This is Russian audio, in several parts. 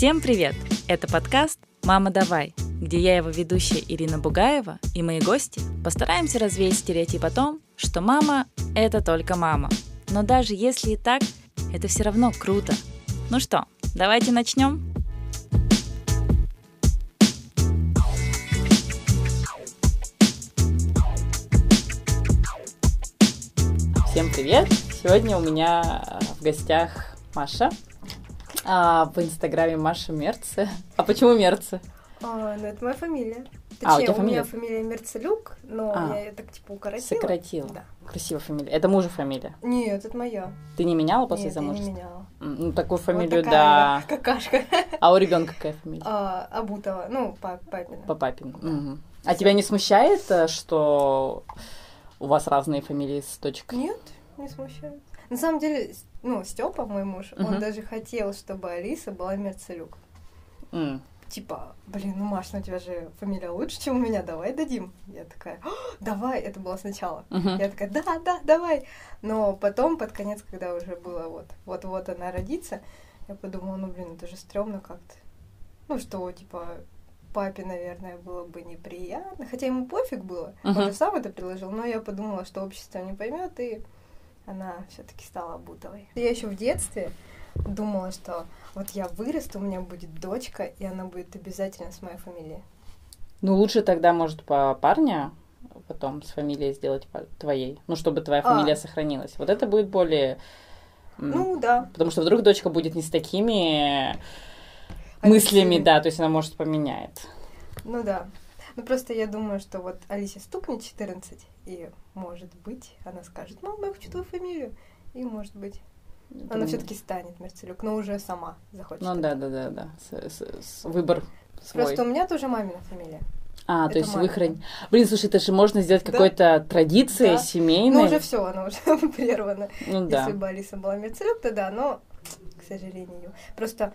Всем привет! Это подкаст «Мама, давай», где я, его ведущая Ирина Бугаева, и мои гости постараемся развеять стереотип о том, что мама – это только мама. Но даже если и так, это все равно круто. Ну что, давайте начнем? Всем привет! Сегодня у меня в гостях Маша. В инстаграме Маша Мерце. А почему Мерце? Это моя фамилия. У Точнее, тебя у фамилия? меня фамилия Мерцелюк, но я ее так типа укоротила. Сократила. Да. Красивая фамилия. Это мужа фамилия? Нет, это моя. Ты не меняла после Нет, замужества? я не меняла. Ну, такую фамилию, вот да. такая какашка. А у ребенка какая фамилия? Абутова, папина. По папину. Да. Угу. А тебя не смущает, что у вас разные фамилии с дочкой? Нет, не смущает. На самом деле, Степа, мой муж, он даже хотел, чтобы Алиса была Мерцелюк. Типа, Маш, у тебя же фамилия лучше, чем у меня, давай дадим. Я такая, давай, это было сначала. Я такая, да, давай. Но потом, под конец, когда уже было вот она родится, я подумала, это же стрёмно как-то. Что, типа, папе, наверное, было бы неприятно. Хотя ему пофиг было, он же сам это предложил, но я подумала, что общество не поймет, и она все-таки стала Абутовой. Я еще в детстве думала, что вот я вырасту, у меня будет дочка, и она будет обязательно с моей фамилией. Лучше тогда, может, по парня потом с фамилией сделать твоей, чтобы твоя фамилия сохранилась. Вот это будет более... да. Потому что вдруг дочка будет не с такими мыслями, да, то есть она, может, поменяет. Да. Просто я думаю, что вот Алисе стукнет 14, и, может быть, она скажет, мама, я хочу твою фамилию. И, может быть, она все-таки станет Мерцелюк, но уже сама захочет. Да. Выбор свой. Просто у меня тоже мамина фамилия. То есть выхрань. Слушай, это же можно сделать какой-то традицией семейной. Уже все, она уже прервана. Да. Если бы Алиса была Мерцелюк, то да, но, к сожалению. Просто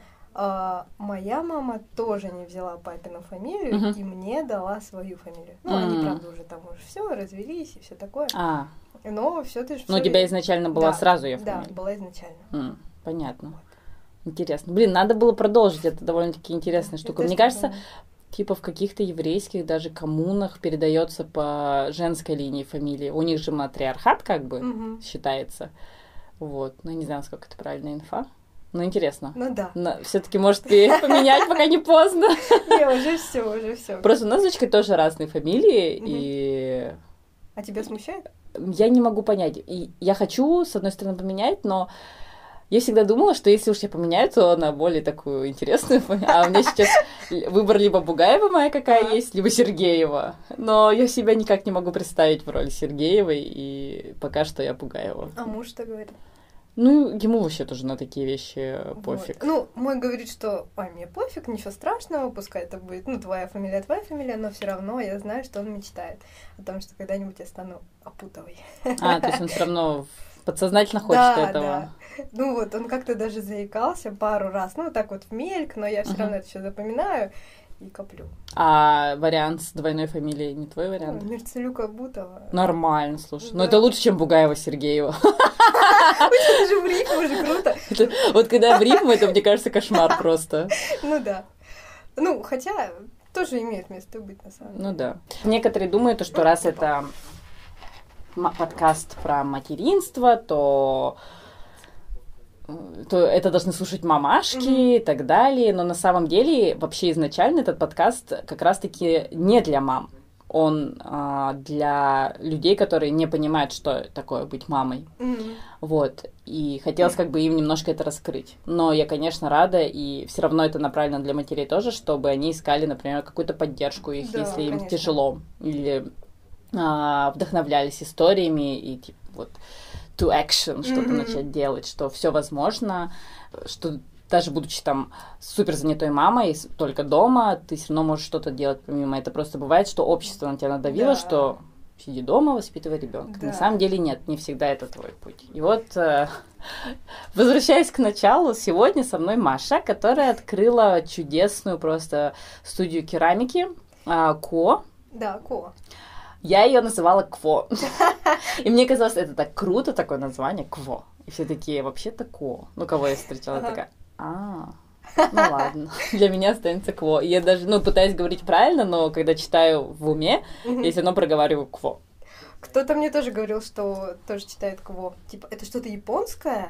моя мама тоже не взяла папину фамилию и мне дала свою фамилию. Они, правда, уже все, развелись и все такое. Но все-таки... Но у тебя изначально была сразу ее фамилия? Да, была изначально. Понятно. Интересно. Надо было продолжить, это довольно-таки интересная штука. Мне кажется, типа в каких-то еврейских даже коммунах передается по женской линии фамилии. У них же матриархат считается. Вот. Я не знаю, насколько это правильная инфа. Интересно. Да. Все-таки, может, поменять, пока не поздно. Не, уже все. Просто у нас с дочкой тоже разные фамилии, и... А тебя смущает? Я не могу понять. И я хочу, с одной стороны, поменять, но я всегда думала, что если уж я поменяю, то на более такую интересную фамилию. А у меня сейчас выбор либо Бугаева моя какая есть, либо Сергеева. Но я себя никак не могу представить в роли Сергеевой, и пока что я Бугаева. А муж что говорит? Ему вообще тоже на такие вещи пофиг. Мой говорит, что мне пофиг, ничего страшного, пускай это будет, твоя фамилия, но все равно я знаю, что он мечтает о том, что когда-нибудь я стану Апутовой. То есть он все равно подсознательно хочет этого. Да. Он как-то даже заикался пару раз, в мельк, но я все равно это все запоминаю и коплю. А вариант с двойной фамилией не твой вариант? Мерцелюк Абутова. Нормально, слушай. Да. Это лучше, чем Бугаева Сергеева. Это же в рифму, уже круто. Вот когда в рифму, это, мне кажется, кошмар просто. Да. Хотя тоже имеет место быть, на самом деле. Да. Некоторые думают, что раз это подкаст про материнство, то это должны слушать мамашки и так далее. Но на самом деле, вообще изначально этот подкаст как раз-таки не для мам. Он для людей, которые не понимают, что такое быть мамой. Вот. И хотелось им немножко это раскрыть. Но я, конечно, рада, и все равно это направлено для матерей тоже, чтобы они искали, например, какую-то поддержку их, если им тяжело. Или вдохновлялись историями и to action, что-то начать делать, что все возможно, что даже будучи супер занятой мамой, только дома, ты все равно можешь что-то делать помимо. Это просто бывает, что общество на тебя надавило, что сиди дома, воспитывай ребенка. На самом деле нет, не всегда это твой путь. И возвращаясь к началу, сегодня со мной Маша, которая открыла чудесную просто студию керамики Ко. Да, Ко. Я ее называла Кво. И мне казалось, это так круто, такое название, Кво. И все такие, вообще-то Ко. Кого я встречала, такая, Ну ладно, для меня останется кво. Я даже, пытаюсь говорить правильно, но когда читаю в уме, я все равно проговариваю кво. Кто-то мне тоже говорил, что тоже читает кво. Типа, это что-то японское?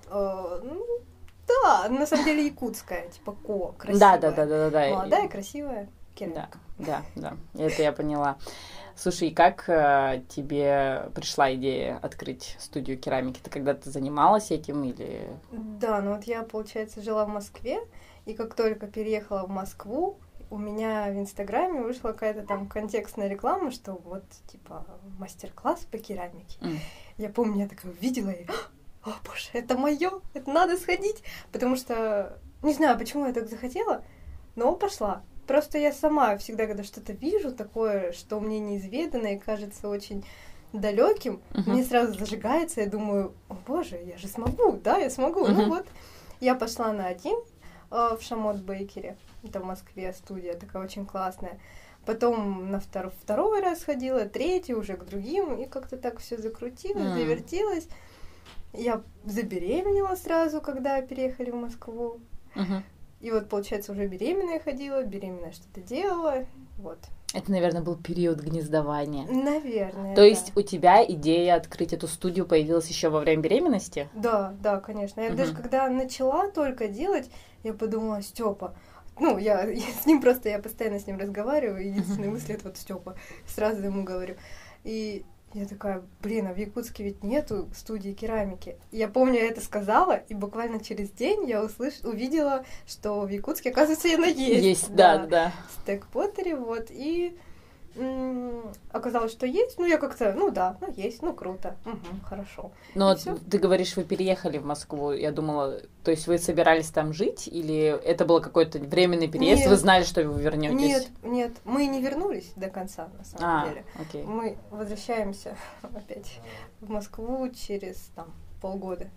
Да, на самом деле якутская, типа ко, красивая. Да. Молодая, красивая керамика. Да, это я поняла. Слушай, как тебе пришла идея открыть студию керамики? Ты когда-то занималась этим или... Да, вот я, получается, жила в Москве, и как только переехала в Москву, у меня в Инстаграме вышла какая-то там контекстная реклама, что вот, типа, мастер-класс по керамике. Я помню, я такая увидела и... О, боже, это моё, это надо сходить, потому что, не знаю, почему я так захотела, но пошла. Просто я сама всегда, когда что-то вижу такое, что мне неизведанно и кажется очень далеким, мне сразу зажигается, я думаю, о боже, я же смогу, да, я смогу. Ну вот, я пошла на один в Шамот Бейкере, это в Москве студия такая очень классная. Потом на второй раз ходила, третий уже к другим, и как-то так все закрутилось, завертелось. Я забеременела сразу, когда переехали в Москву. И вот, получается, уже беременная ходила, беременная что-то делала, вот. Это, наверное, был период гнездования. Наверное, То есть у тебя идея открыть эту студию появилась еще во время беременности? Да, конечно. Я даже когда начала только делать, я подумала, Степа, я с ним просто, я постоянно с ним разговариваю, единственная мысль это вот Степа, сразу ему говорю. И я такая, а в Якутске ведь нету студии керамики. Я помню, я это сказала, и буквально через день я увидела, что в Якутске, оказывается, она есть. Есть, да. Стек-поттере, вот, и оказалось, что есть. Я как-то, есть, круто, хорошо. Но ты говоришь, вы переехали в Москву, я думала, то есть вы собирались там жить, или это был какой-то временный переезд, Нет. Вы знали, что вы вернетесь? Нет, мы не вернулись до конца, на самом деле. Окей. Мы возвращаемся опять в Москву через, полгода.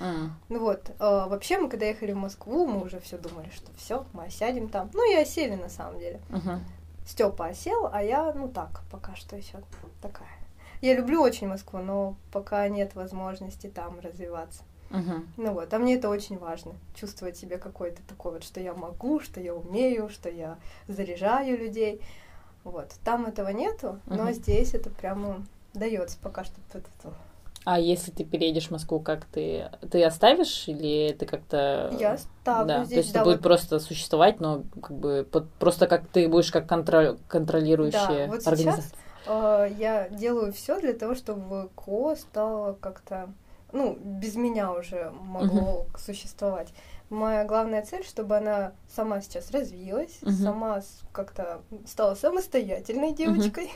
Вообще мы, когда ехали в Москву, мы уже все думали, что все, мы осядем там. И осели, на самом деле. Степа осел, а я, так, пока что еще такая. Я люблю очень Москву, но пока нет возможности там развиваться. А мне это очень важно, чувствовать себя какой-то такой вот, что я могу, что я умею, что я заряжаю людей. Там этого нету, но здесь это прямо дается пока что. А если ты переедешь в Москву, как ты оставишь или ты как-то... Я оставлю здесь. То есть это будет просто существовать, но просто как ты будешь как контролирующая организация. Сейчас я делаю все для того, чтобы КО стало как-то, без меня уже могло существовать. Моя главная цель, чтобы она сама сейчас развилась, сама как-то стала самостоятельной девочкой,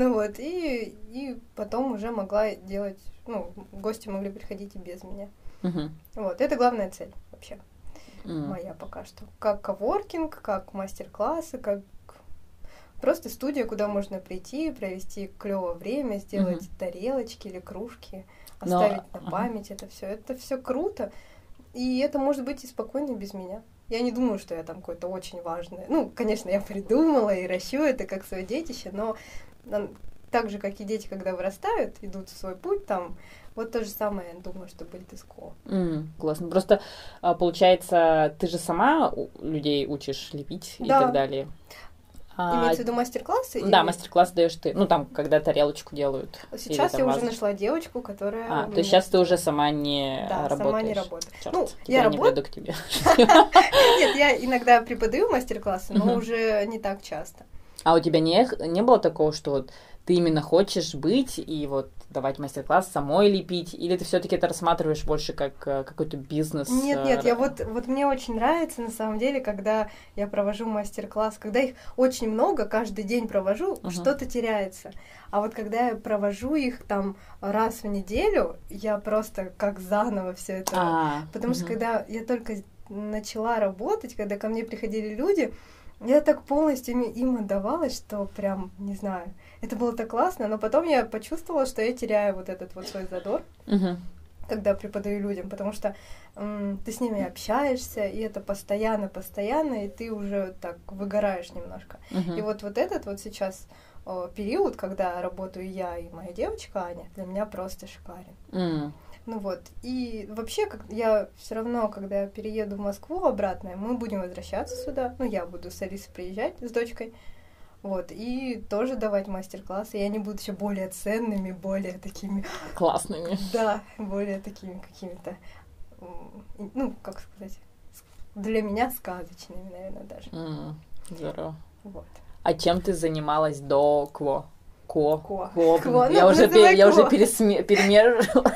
и потом уже могла делать, гости могли приходить и без меня. Это главная цель вообще моя пока что. Как коворкинг, как мастер-классы, как просто студия, куда можно прийти, провести клёвое время, сделать тарелочки или кружки, оставить на память это все круто. И это может быть и спокойно без меня. Я не думаю, что я там какое-то очень важное. Конечно, я придумала и ращу это как свое детище, но так же, как и дети, когда вырастают, идут в свой путь, вот то же самое, я думаю, что будет из КО. Классно. Просто, получается, ты же сама людей учишь лепить и так далее. Имеется в виду мастер-классы? Да, мастер-класс даешь ты. Когда тарелочку делают. Сейчас я уже нашла девочку, которая... То есть сейчас ты уже сама не работаешь? Да, сама не работаю. Чёрт, я работаю. Не приду к тебе. Нет, я иногда преподаю мастер-классы, но уже не так часто. А у тебя не было такого, что вот ты именно хочешь быть и вот давать мастер-класс, самой лепить, или ты все-таки это рассматриваешь больше как какой-то бизнес? Нет, я вот мне очень нравится на самом деле, когда я провожу мастер-класс, когда их очень много, каждый день провожу, что-то теряется. А вот когда я провожу их там раз в неделю, я просто как заново все это... Потому что когда я только начала работать, когда ко мне приходили люди, я так полностью им отдавалась, что прям, не знаю, это было так классно, но потом я почувствовала, что я теряю вот этот вот свой задор, когда преподаю людям, потому что ты с ними общаешься, и это постоянно, и ты уже так выгораешь немножко. И вот этот вот сейчас период, когда работаю я и моя девочка Аня, для меня просто шикарен. Ну вот, и вообще, я все равно, когда я перееду в Москву обратно, мы будем возвращаться сюда, ну, я буду с Алисой приезжать, с дочкой, вот, и тоже давать мастер-классы, и они будут еще более ценными, более такими... Классными. Да, более такими какими-то, ну, как сказать, для меня сказочными, наверное, даже. Здорово. Вот. А чем ты занималась до КВО? Кво. Я уже перемержила.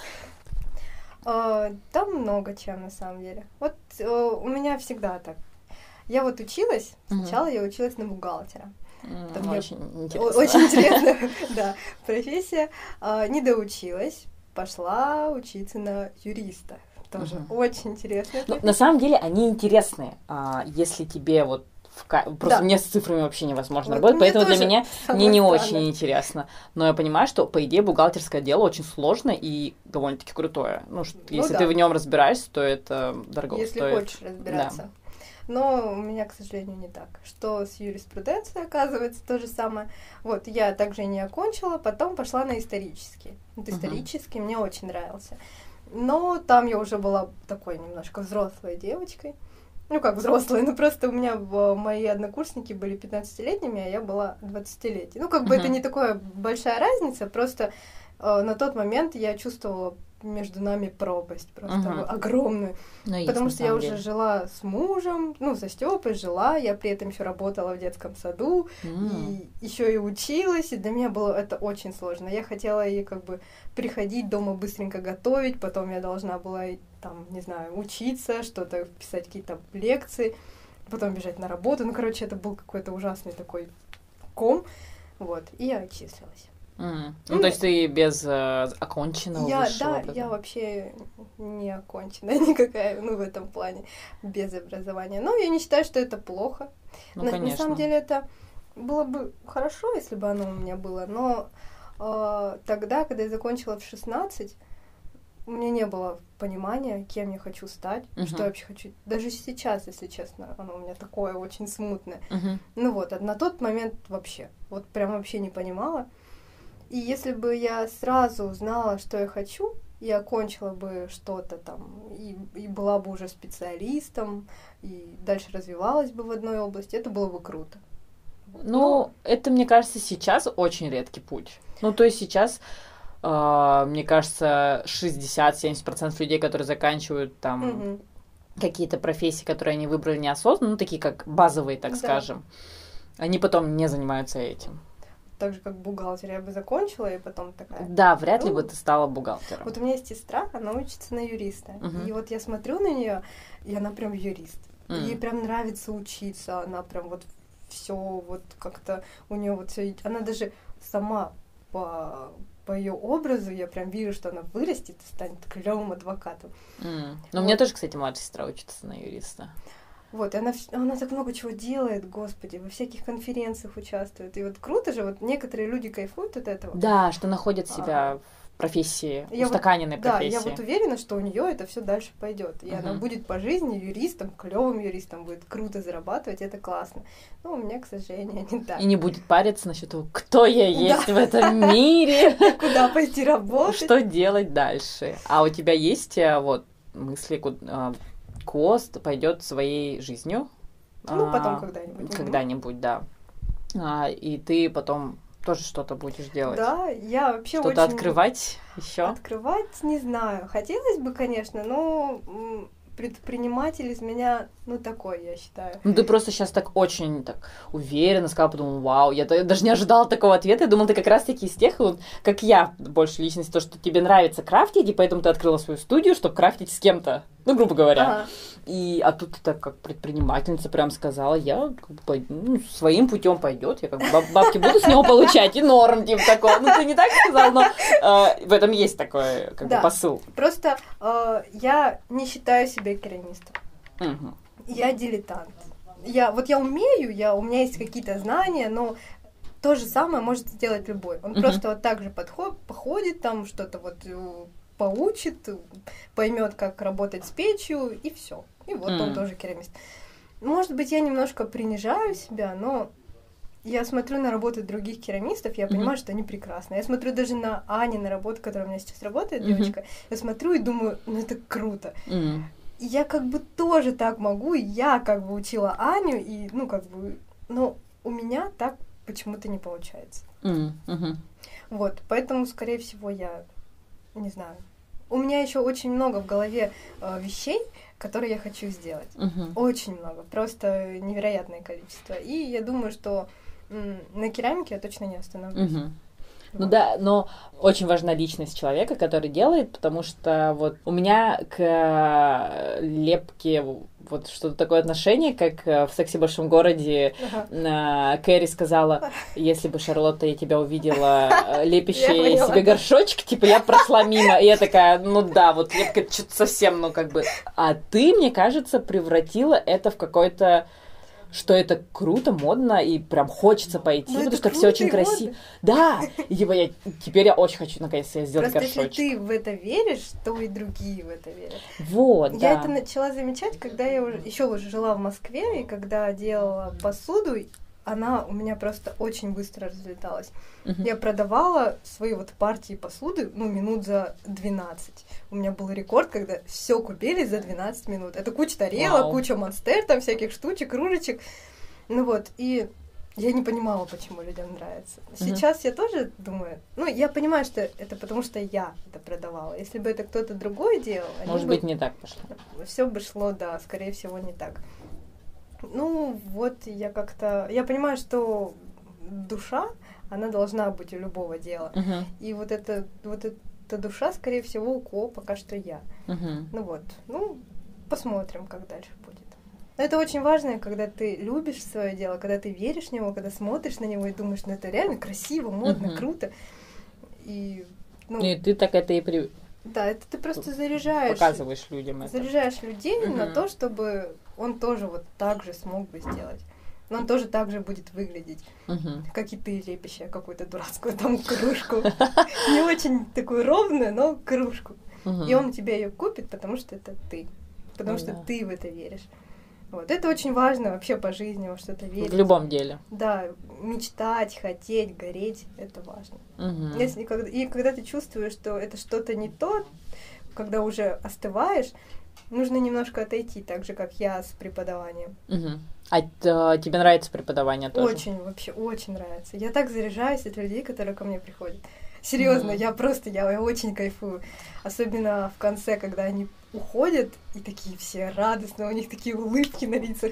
Там много чем, на самом деле. Вот у меня всегда так. Я вот училась, сначала я училась на бухгалтера. Очень интересно. Очень интересная, да, профессия. Не доучилась, пошла учиться на юриста. Тоже очень интересно. На самом деле они интересные, если тебе вот просто мне с цифрами вообще невозможно работать, поэтому для меня не очень интересно. Но я понимаю, что, по идее, бухгалтерское дело очень сложно и довольно-таки крутое. Ну, если ты в нем разбираешься, то это дорого стоит. Если хочешь разбираться. Да. Но у меня, к сожалению, не так. Что с юриспруденцией, оказывается, то же самое. Вот, я также не окончила, потом пошла на исторический. Вот исторический мне очень нравился. Но там я уже была такой немножко взрослой девочкой. Ну, как взрослые, ну просто у меня мои однокурсники были 15-летними, а я была 20-летней. Ну, как бы это не такая большая разница, просто на тот момент я чувствовала между нами пропасть просто огромную. Потому что я уже жила с мужем, ну, со Стёпой жила, я при этом еще работала в детском саду, и еще и училась, и для меня было это очень сложно. Я хотела и как бы приходить дома быстренько готовить, потом я должна была там, не знаю, учиться, что-то писать, какие-то лекции, потом бежать на работу. Ну, короче, это был какой-то ужасный такой ком. Вот, и я отчислилась. Ну, то есть ты без оконченного высшего образования? Да, я вообще не оконченная никакая, ну, в этом плане, без образования. Но я не считаю, что это плохо. Ну, конечно. На самом деле это было бы хорошо, если бы оно у меня было, но тогда, когда я закончила в 16, у меня не было понимания, кем я хочу стать, что я вообще хочу. Даже сейчас, если честно, оно у меня такое очень смутное. Ну вот, а на тот момент вообще, вот прям вообще не понимала. И если бы я сразу знала, что я хочу, и окончила бы что-то там, и была бы уже специалистом, и дальше развивалась бы в одной области, это было бы круто. Ну, это, мне кажется, сейчас очень редкий путь. Ну, то есть сейчас... мне кажется, 60-70% людей, которые заканчивают там какие-то профессии, которые они выбрали неосознанно, ну, такие как базовые, так скажем, они потом не занимаются этим. Так же, как бухгалтер, я бы закончила, и потом такая... Да, вряд ли бы ты стала бухгалтером. Вот у меня есть сестра, она учится на юриста, и вот я смотрю на нее, и она прям юрист. Ей прям нравится учиться, она прям вот все вот как-то у нее вот все, она даже сама по ее образу я прям вижу, что она вырастет и станет клевым адвокатом. Ну, вот. У меня тоже, кстати, младшая сестра учится на юриста. Вот, и она так много чего делает, господи, во всяких конференциях участвует. И вот круто же, вот некоторые люди кайфуют от этого. Да, что находят себя в профессии, устаканенной профессии. Да, я вот уверена, что у нее это все дальше пойдет. И она будет по жизни юристом, клевым юристом, будет круто зарабатывать, это классно. Но у меня, к сожалению, не так. И не будет париться насчет того, кто я есть в этом мире. Куда пойти работать. Что делать дальше. А у тебя есть вот мысли, Кост пойдет своей жизнью? Ну, потом когда-нибудь. Когда-нибудь, да. И ты потом тоже что-то будешь делать? Да, я вообще что-то очень... открывать еще? Открывать, не знаю. Хотелось бы, конечно, но предприниматель из меня, ну, такой, я считаю. Ну, ты просто сейчас так очень так уверенно сказала, подумала, вау, я даже не ожидала такого ответа. Я думала, ты как раз-таки из тех, вот, как я, больше личность, то, что тебе нравится крафтить, и поэтому ты открыла свою студию, чтобы крафтить с кем-то, ну, грубо говоря. А тут ты так, как предпринимательница, прям сказала, я своим путем пойдет, я как бы бабки буду с него получать, и норм, типа такого. Ну, ты не так сказала, но в этом есть такой, как бы, посыл. Просто я не считаю себя керамистом. Я дилетант. Я умею, у меня есть какие-то знания, но то же самое может сделать любой. Он просто вот так же походит, там что-то вот поучит, поймет, как работать с печью, и все. И вот он тоже керамист. Может быть, я немножко принижаю себя, но я смотрю на работы других керамистов, я понимаю, что они прекрасны. Я смотрю даже на Ани, на работу, которая у меня сейчас работает, девочка, я смотрю и думаю, ну это круто. И я как бы тоже так могу, и я как бы учила Аню, и, ну, как бы, но у меня так почему-то не получается. Вот, поэтому, скорее всего, я не знаю. У меня еще очень много в голове вещей, которые я хочу сделать. Очень много, просто невероятное количество. И я думаю, что на керамике я точно не остановлюсь. Ну да, но очень важна личность человека, который делает, потому что вот у меня к лепке вот что-то такое отношение, как в «Сексе в большом городе» Кэрри сказала, если бы, Шарлотта, я тебя увидела лепящей себе горшочек, типа я прошла мимо, и я такая, ну да, вот лепка что-то совсем, ну как бы... А ты, мне кажется, превратила это в какой-то... что это круто, модно, и прям хочется пойти, потому что все очень красиво. Да, и типа теперь я очень хочу наконец-то сделать горшочек. Просто если ты в это веришь, то и другие в это верят. Вот, я это начала замечать, когда я еще жила в Москве, и когда делала посуду, она у меня просто очень быстро разлеталась. Я продавала свои вот партии посуды, ну, минут за 12. У меня был рекорд, когда все купили за 12 минут. Это куча тарелок, куча монстер, там всяких штучек, кружечек. Ну вот, и я не понимала, почему людям нравится. Сейчас я тоже думаю, ну, я понимаю, что это потому, что я это продавала. Если бы это кто-то другой делал... Может быть, не так пошло. Все бы шло, да, скорее всего, не так. Ну, вот я как-то... Я понимаю, что душа, она должна быть у любого дела. И вот эта душа, скорее всего, у кого пока что я. Ну вот. Ну, посмотрим, как дальше будет. Но это очень важно, когда ты любишь свое дело, когда ты веришь в него, когда смотришь на него и думаешь, ну это реально красиво, модно, круто. И, ну, и ты так это и... Да, это ты просто заряжаешь... Показываешь людям это. Заряжаешь людей на то, чтобы он тоже вот так же смог бы сделать. Но он тоже так же будет выглядеть, как и ты, лепящая какую-то дурацкую там кружку. Не очень такую ровную, но кружку. И он тебе ее купит, потому что это ты. Потому что ты в это веришь. Вот. Это очень важно вообще по жизни, во что-то верить. В любом деле. Да, мечтать, хотеть, гореть, это важно. И когда ты чувствуешь, что это что-то не то, когда уже остываешь, нужно немножко отойти, так же, как я с преподаванием. А тебе нравится преподавание тоже? Очень, вообще, очень нравится. Я так заряжаюсь от людей, которые ко мне приходят. Серьезно, я очень кайфую. Особенно в конце, когда они уходят, и такие все радостные, у них такие улыбки на лицах.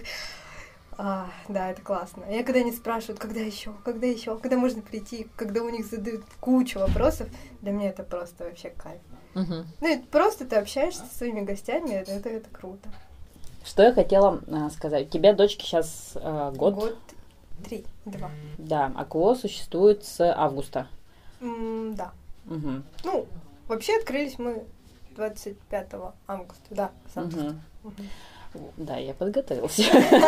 Да, это классно. Я когда они спрашивают, когда еще, когда можно прийти, когда у них задают кучу вопросов, для меня это просто вообще кайф. Ну, и просто ты общаешься со своими гостями, это круто. Что я хотела сказать. У тебя дочке сейчас год? Год 2. Да, а КО существует с августа. Да. Ну, вообще открылись мы 25 августа, да, с августа. Да, я подготовился.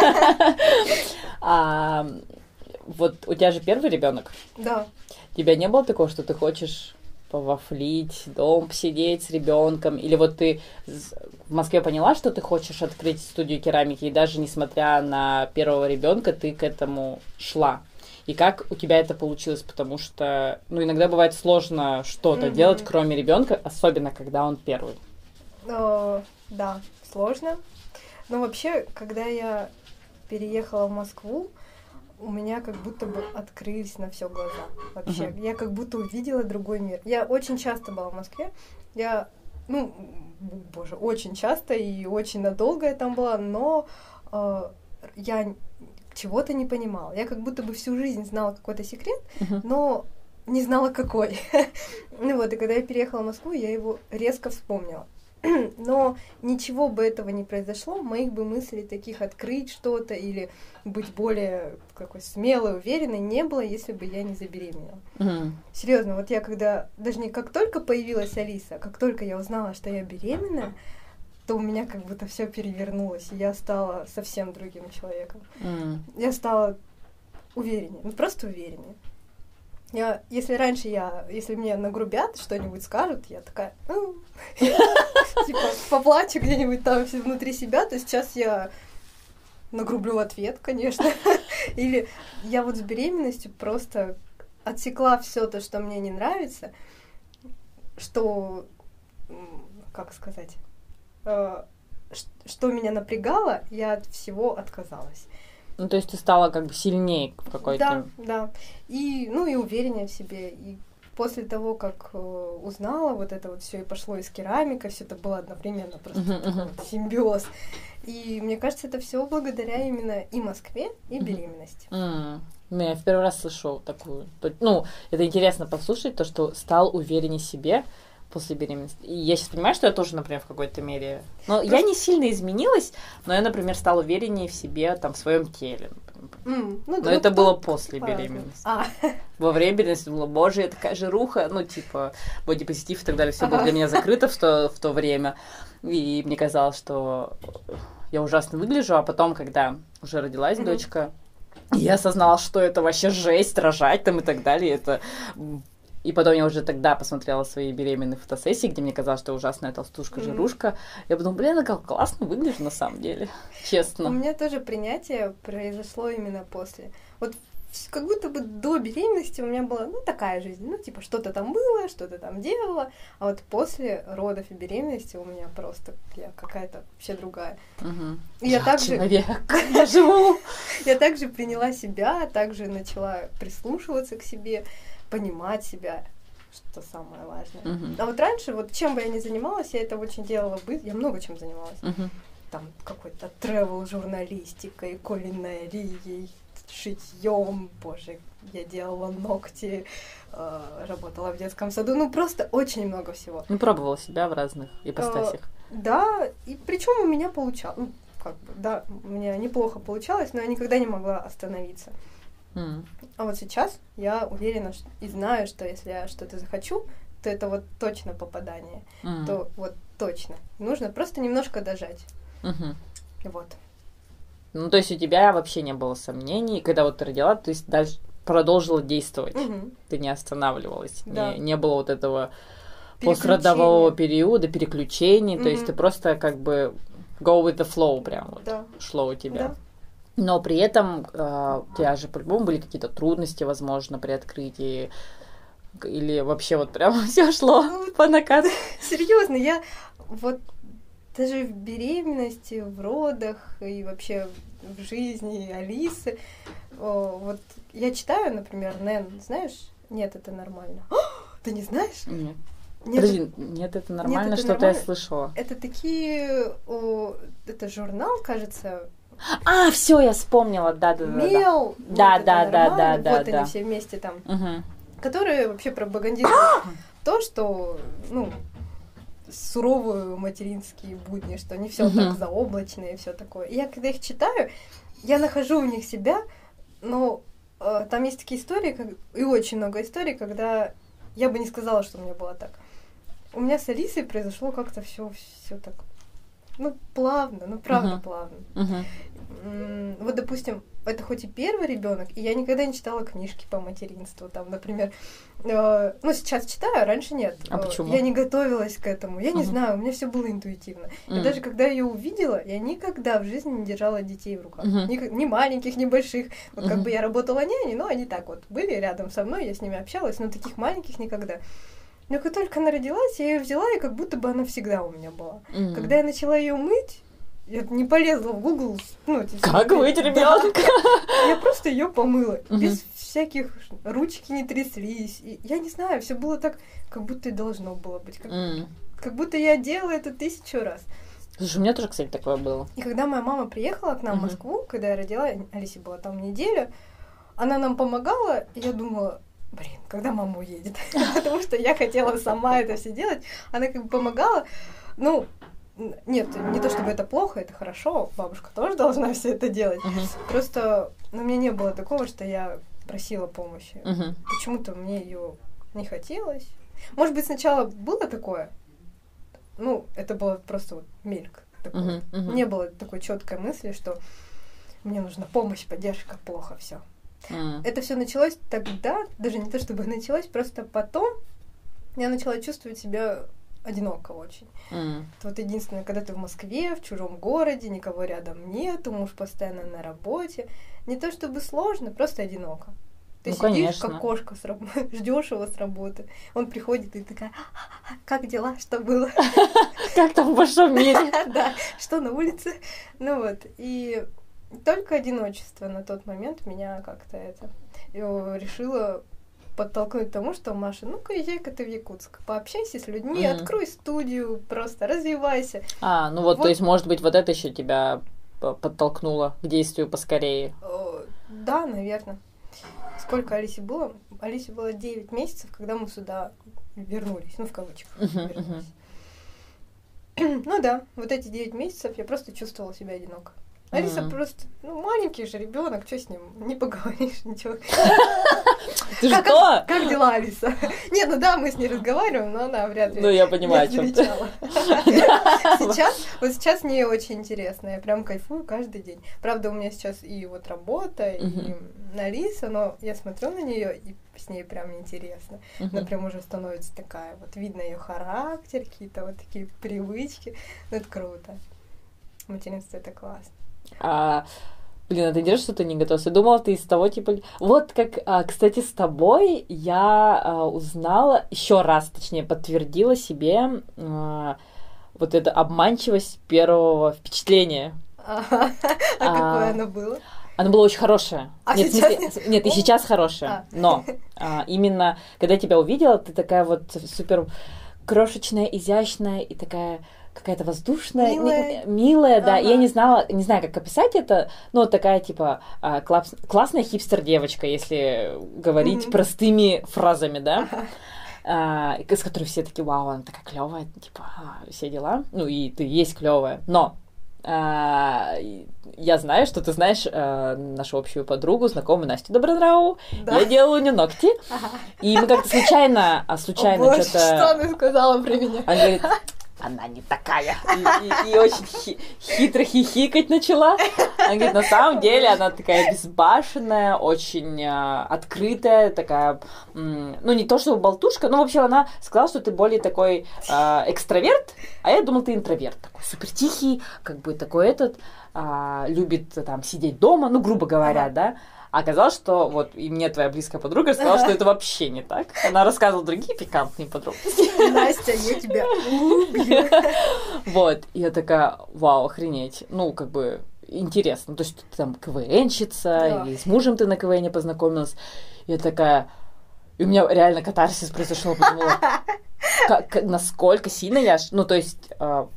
Вот у тебя же первый ребенок. Да. У тебя не было такого, что ты хочешь повафлить, дома посидеть с ребенком? Или вот ты в Москве поняла, что ты хочешь открыть студию керамики, и даже несмотря на первого ребенка, ты к этому шла? И как у тебя это получилось? Потому что, ну, иногда бывает сложно что-то делать, кроме ребенка, особенно когда он первый. Да, сложно. Но вообще, когда я переехала в Москву, у меня как будто бы открылись на все глаза. Вообще, я как будто увидела другой мир. Я очень часто была в Москве. Очень часто и очень надолго я там была, но я чего-то не понимала. Я как будто бы всю жизнь знала какой-то секрет, но не знала какой. Ну вот, и когда я переехала в Москву, я его резко вспомнила. Но ничего бы этого не произошло, моих бы мыслей таких открыть что-то или быть более какой смелой, уверенной не было, если бы я не забеременела. Серьезно, вот я когда, даже не как только появилась Алиса, а как только я узнала, что я беременна, то у меня как будто все перевернулось, и я стала совсем другим человеком. Я стала увереннее, просто увереннее. Если мне нагрубят, что-нибудь скажут, я такая, типа, поплачу где-нибудь там внутри себя, то сейчас я нагрублю в ответ, конечно. Или я вот с беременностью просто отсекла все то, что мне не нравится, что, как сказать, что меня напрягало, я от всего отказалась. Ну, то есть ты стала как бы сильнее в какой-то... Да. И, ну, и увереннее в себе. И после того, как узнала вот это вот все и пошло из керамика, все это было одновременно просто такой вот симбиоз. И мне кажется, это все благодаря именно и Москве, и беременности. Я в первый раз слышу такую... Ну, это интересно послушать, то, что стал увереннее в себе после беременности. И я сейчас понимаю, что я тоже, например, в какой-то мере... Но я не сильно изменилась, но я, например, стала увереннее в себе, там, в своем теле. Но это было после беременности. Во время беременности было, боже, я такая жируха, ну, типа, бодипозитив и так далее, все было для меня закрыто в то время. И мне казалось, что я ужасно выгляжу, а потом, когда уже родилась дочка, я осознала, что это вообще жесть, рожать там и так далее, это... И потом я уже тогда посмотрела свои беременные фотосессии, где мне казалось, что я ужасная толстушка, жирушка. Я подумала, блин, я как классно выгляжу на самом деле, честно. У меня тоже принятие произошло именно после. Вот как будто бы до беременности у меня была, ну, такая жизнь. Ну, типа, что-то там было, что-то там делала. А вот после родов и беременности у меня просто я какая-то вообще другая. И я также... человек, я живу. Я также приняла себя, также начала прислушиваться к себе, понимать себя, что самое важное. А вот раньше, вот чем бы я ни занималась, я это очень делала я много чем занималась. Там какой-то тревел-журналистикой, кулинарией, шитьем, боже, я делала ногти, работала в детском саду, ну просто очень много всего. Ну, пробовала себя в разных ипостасях. Да, и причем у меня получалось, ну, как бы, да, у меня неплохо получалось, но я никогда не могла остановиться. А вот сейчас я уверена и знаю, что если я что-то захочу, то это вот точно попадание. То вот точно. Нужно просто немножко дожать. Вот. Ну, то есть у тебя вообще не было сомнений, когда вот ты родила, то есть дальше продолжила действовать. Ты не останавливалась. Да. Не было вот этого послеродового периода, переключений. То есть ты просто как бы go with the flow прям вот шло у тебя. Да. Но при этом у тебя же по-любому были какие-то трудности, возможно, при открытии. Или вообще вот прям все шло по накату. Серьезно, я вот даже в беременности, в родах и вообще в жизни Алисы, вот я читаю, например, Нэн, знаешь? Нет, это нормально. Ты не знаешь? Нет. Блин, нет, это нормально, нет, это что-то нормально. Я слышала. Это такие... это журнал, кажется... все, я вспомнила, да. Мел. Да. Вот они все вместе там. Которые вообще пропагандируют то, что, ну, суровые материнские будни, что не все так заоблачно и все такое. И я когда их читаю, я нахожу в них себя, но там есть такие истории, и очень много историй, когда я бы не сказала, что у меня было так. У меня с Алисой произошло как-то все так, ну, плавно, ну, правда плавно. Вот, допустим, это хоть и первый ребенок, и я никогда не читала книжки по материнству, там, например, ну, сейчас читаю, а раньше нет. А почему? Я не готовилась к этому, я не знаю, у меня все было интуитивно. И даже когда я ее увидела, я никогда в жизни не держала детей в руках. Ни маленьких, ни больших. Вот как бы я работала няней, но они так вот были рядом со мной, я с ними общалась, но таких маленьких никогда. Но как только она родилась, я ее взяла, и как будто бы она всегда у меня была. Когда я начала ее мыть, я не полезла в Google. Ну, как мыть ребенка? Я просто ее помыла. Без всяких ручки не тряслись. И, я не знаю, все было так, как будто и должно было быть. Как будто я делала это 1000 раз. Слушай, у меня тоже, кстати, такое было. И когда моя мама приехала к нам в Москву, когда я родила, Алисе была там неделю, она нам помогала, и я думала, блин, когда мама уедет? Потому что я хотела сама это все делать. Она как бы помогала. Ну, нет, не то чтобы это плохо, это хорошо. Бабушка тоже должна все это делать. Просто у меня не было такого, что я просила помощи. Почему-то мне ее не хотелось. Может быть, сначала было такое. Ну, это было просто вот мельк. Не было такой четкой мысли, что мне нужна помощь, поддержка, плохо все. Это все началось тогда, даже не то чтобы началось, просто потом я начала чувствовать себя одиноко очень. Это вот единственное, когда ты в Москве, в чужом городе, никого рядом нету, муж постоянно на работе. Не то чтобы сложно, просто одиноко. Ты сидишь, конечно. как кошка, ждешь его с работы. Он приходит, и такая: как дела, что было? Как там в вашем мире? Да, что на улице? Ну вот, и только одиночество на тот момент меня как-то решило подтолкнуть к тому, что: Маша, ну-ка езжай-ка ты в Якутск, пообщайся с людьми, открой студию, просто развивайся. Ну вот, то есть, может быть, вот это еще тебя подтолкнуло к действию поскорее? Да, наверное. Сколько Алисе было? Алисе было 9 месяцев, когда мы сюда вернулись, в кавычках вернулись. Ну да, вот эти 9 месяцев я просто чувствовала себя одиноко. Алиса просто, маленький же ребенок, что с ним? Не поговоришь, ничего. Ты что? Как дела, Алиса? Нет, мы с ней разговариваем, но она вряд ли. Ну, я понимаю, о чем ты. Сейчас мне очень интересно, я прям кайфую каждый день. Правда, у меня сейчас и вот работа, и Алиса, но я смотрю на нее, и с ней прям интересно. Она прям уже становится такая, вот видно ее характер, какие-то вот такие привычки. Ну, это круто. Материнство — это классно. Блин, это интересно, что ты не готовился. Я думала, ты из того типа... Вот как, кстати, с тобой я узнала, еще раз, точнее, подтвердила себе вот эту обманчивость первого впечатления. Какое оно было? Оно было очень хорошее. Нет, и сейчас хорошее. Но именно, когда я тебя увидела, ты такая вот супер крошечная, изящная и такая... какая-то воздушная, милая, да. И я не знаю, как описать это, но такая, типа, классная хипстер-девочка, если говорить простыми фразами, да, с которой все такие: вау, она такая клевая, типа, все дела. Ну, и ты есть клевая. Но я знаю, что ты знаешь нашу общую подругу, знакомую Настю Добронравову. Да. Я делала у нее ногти. И мы как-то случайно что-то... Что она сказала про меня? Она говорит: она не такая. И очень хитро хихикать начала. Она говорит, на самом деле она такая безбашенная, очень открытая, такая, не то чтобы болтушка, но, в общем, она сказала, что ты более такой экстраверт, а я думала, ты интроверт. Такой супер тихий, как бы такой любит там сидеть дома, грубо говоря, да. А оказалось, что вот и мне твоя близкая подруга сказала, что это вообще не так. Она рассказывала другие пикантные подробности. Настя, я тебя убью. Вот, и я такая: вау, охренеть. Как бы интересно. То есть ты там КВНщица, и с мужем ты на КВНе познакомилась. Я такая... И у меня реально катарсис произошел, подумала, насколько сильно я... то есть...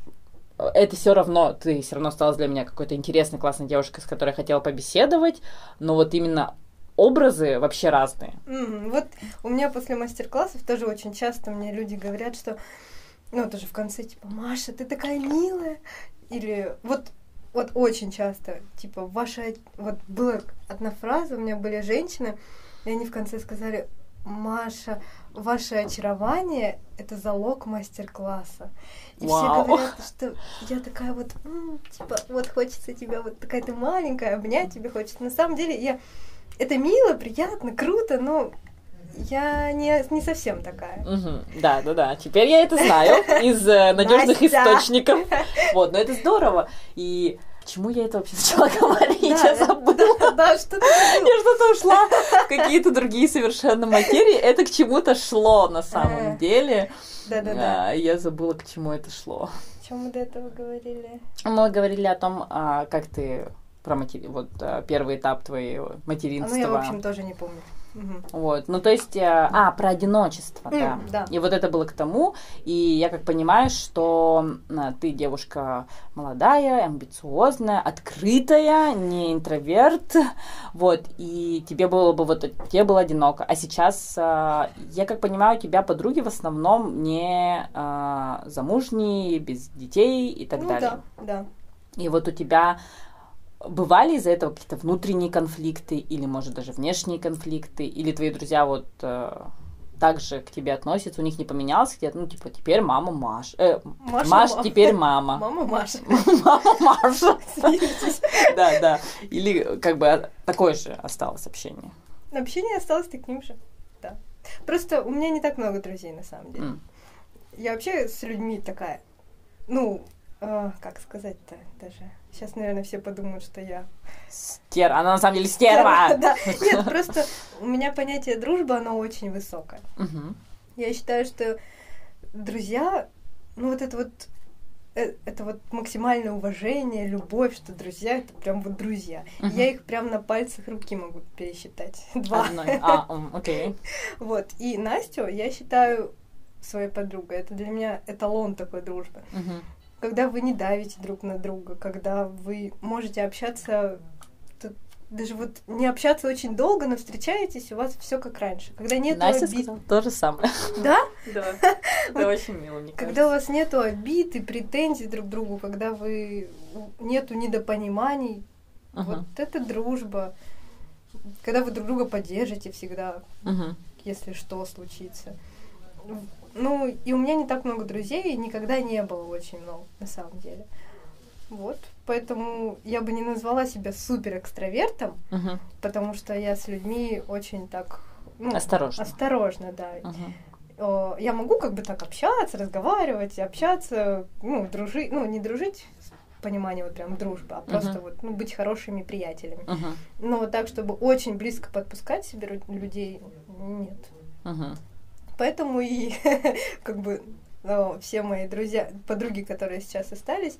это все равно, ты все равно осталась для меня какой-то интересной, классной девушкой, с которой я хотела побеседовать, но вот именно образы вообще разные. Вот у меня после мастер-классов тоже очень часто мне люди говорят, что, тоже в конце, типа: Маша, ты такая милая, или вот очень часто, типа, вот была одна фраза, у меня были женщины, и они в конце сказали: Маша, ваше очарование — это залог мастер-класса. И все говорят, что я такая вот, типа, вот хочется тебя, вот такая ты маленькая, обнять тебе хочется. На самом деле, это мило, приятно, круто, но я не совсем такая. Да. Теперь я это знаю из надежных источников. Вот, но это здорово. И почему я это вообще начала говорить? Я забыла. Да, что-то я что-то ушла в какие-то другие совершенно материи. Это к чему-то шло на самом деле. Да. Я забыла, к чему это шло. О чем мы до этого говорили? Мы говорили о том, как ты про первый этап твоего материнства. Я, в общем, тоже не помню. Вот, то есть, про одиночество, да. И вот это было к тому, и я как понимаю, что ты девушка молодая, амбициозная, открытая, не интроверт, вот, и тебе было одиноко. А сейчас, я как понимаю, у тебя подруги в основном не замужние, без детей и так далее. Да. И вот у тебя... Бывали из-за этого какие-то внутренние конфликты или, может, даже внешние конфликты? Или твои друзья так же к тебе относятся, у них не поменялось где-то? Теперь мама Маша. Маша теперь мама. Мама Маша. Мама Маша. Да. Или как бы такое же осталось общение? Общение осталось таким же, да. Просто у меня не так много друзей, на самом деле. Я вообще с людьми такая, ну, как сказать-то даже. Сейчас, наверное, все подумают, что я... Она на самом деле стерва! Да, нет, просто у меня понятие дружбы, оно очень высокое. Я считаю, что друзья, ну, вот это вот максимальное уважение, любовь, что друзья — это прям вот друзья. Я их прям на пальцах руки могу пересчитать. 2. Окей. Вот, и Настю я считаю своей подругой. Это для меня эталон такой дружбы. Когда вы не давите друг на друга, когда вы можете общаться, даже вот не общаться очень долго, но встречаетесь, у вас все как раньше. Когда нет Настя сказала то же самое. Да? Да. Это очень мило, мне кажется. Когда у вас нету обид и претензий друг к другу, когда нету недопониманий, вот это дружба. Когда вы друг друга поддержите всегда, если что случится. Ну, и у меня не так много друзей, и никогда не было очень много, на самом деле. Вот, поэтому я бы не назвала себя супер экстравертом, потому что я с людьми очень так... Ну, осторожно, да. Я могу как бы так общаться, разговаривать, общаться, ну, дружить, ну, не дружить с пониманием вот прям дружбы, а просто вот, ну, быть хорошими приятелями. Но вот так, чтобы очень близко подпускать себе людей, нет. Поэтому и как бы все мои подруги, которые сейчас остались,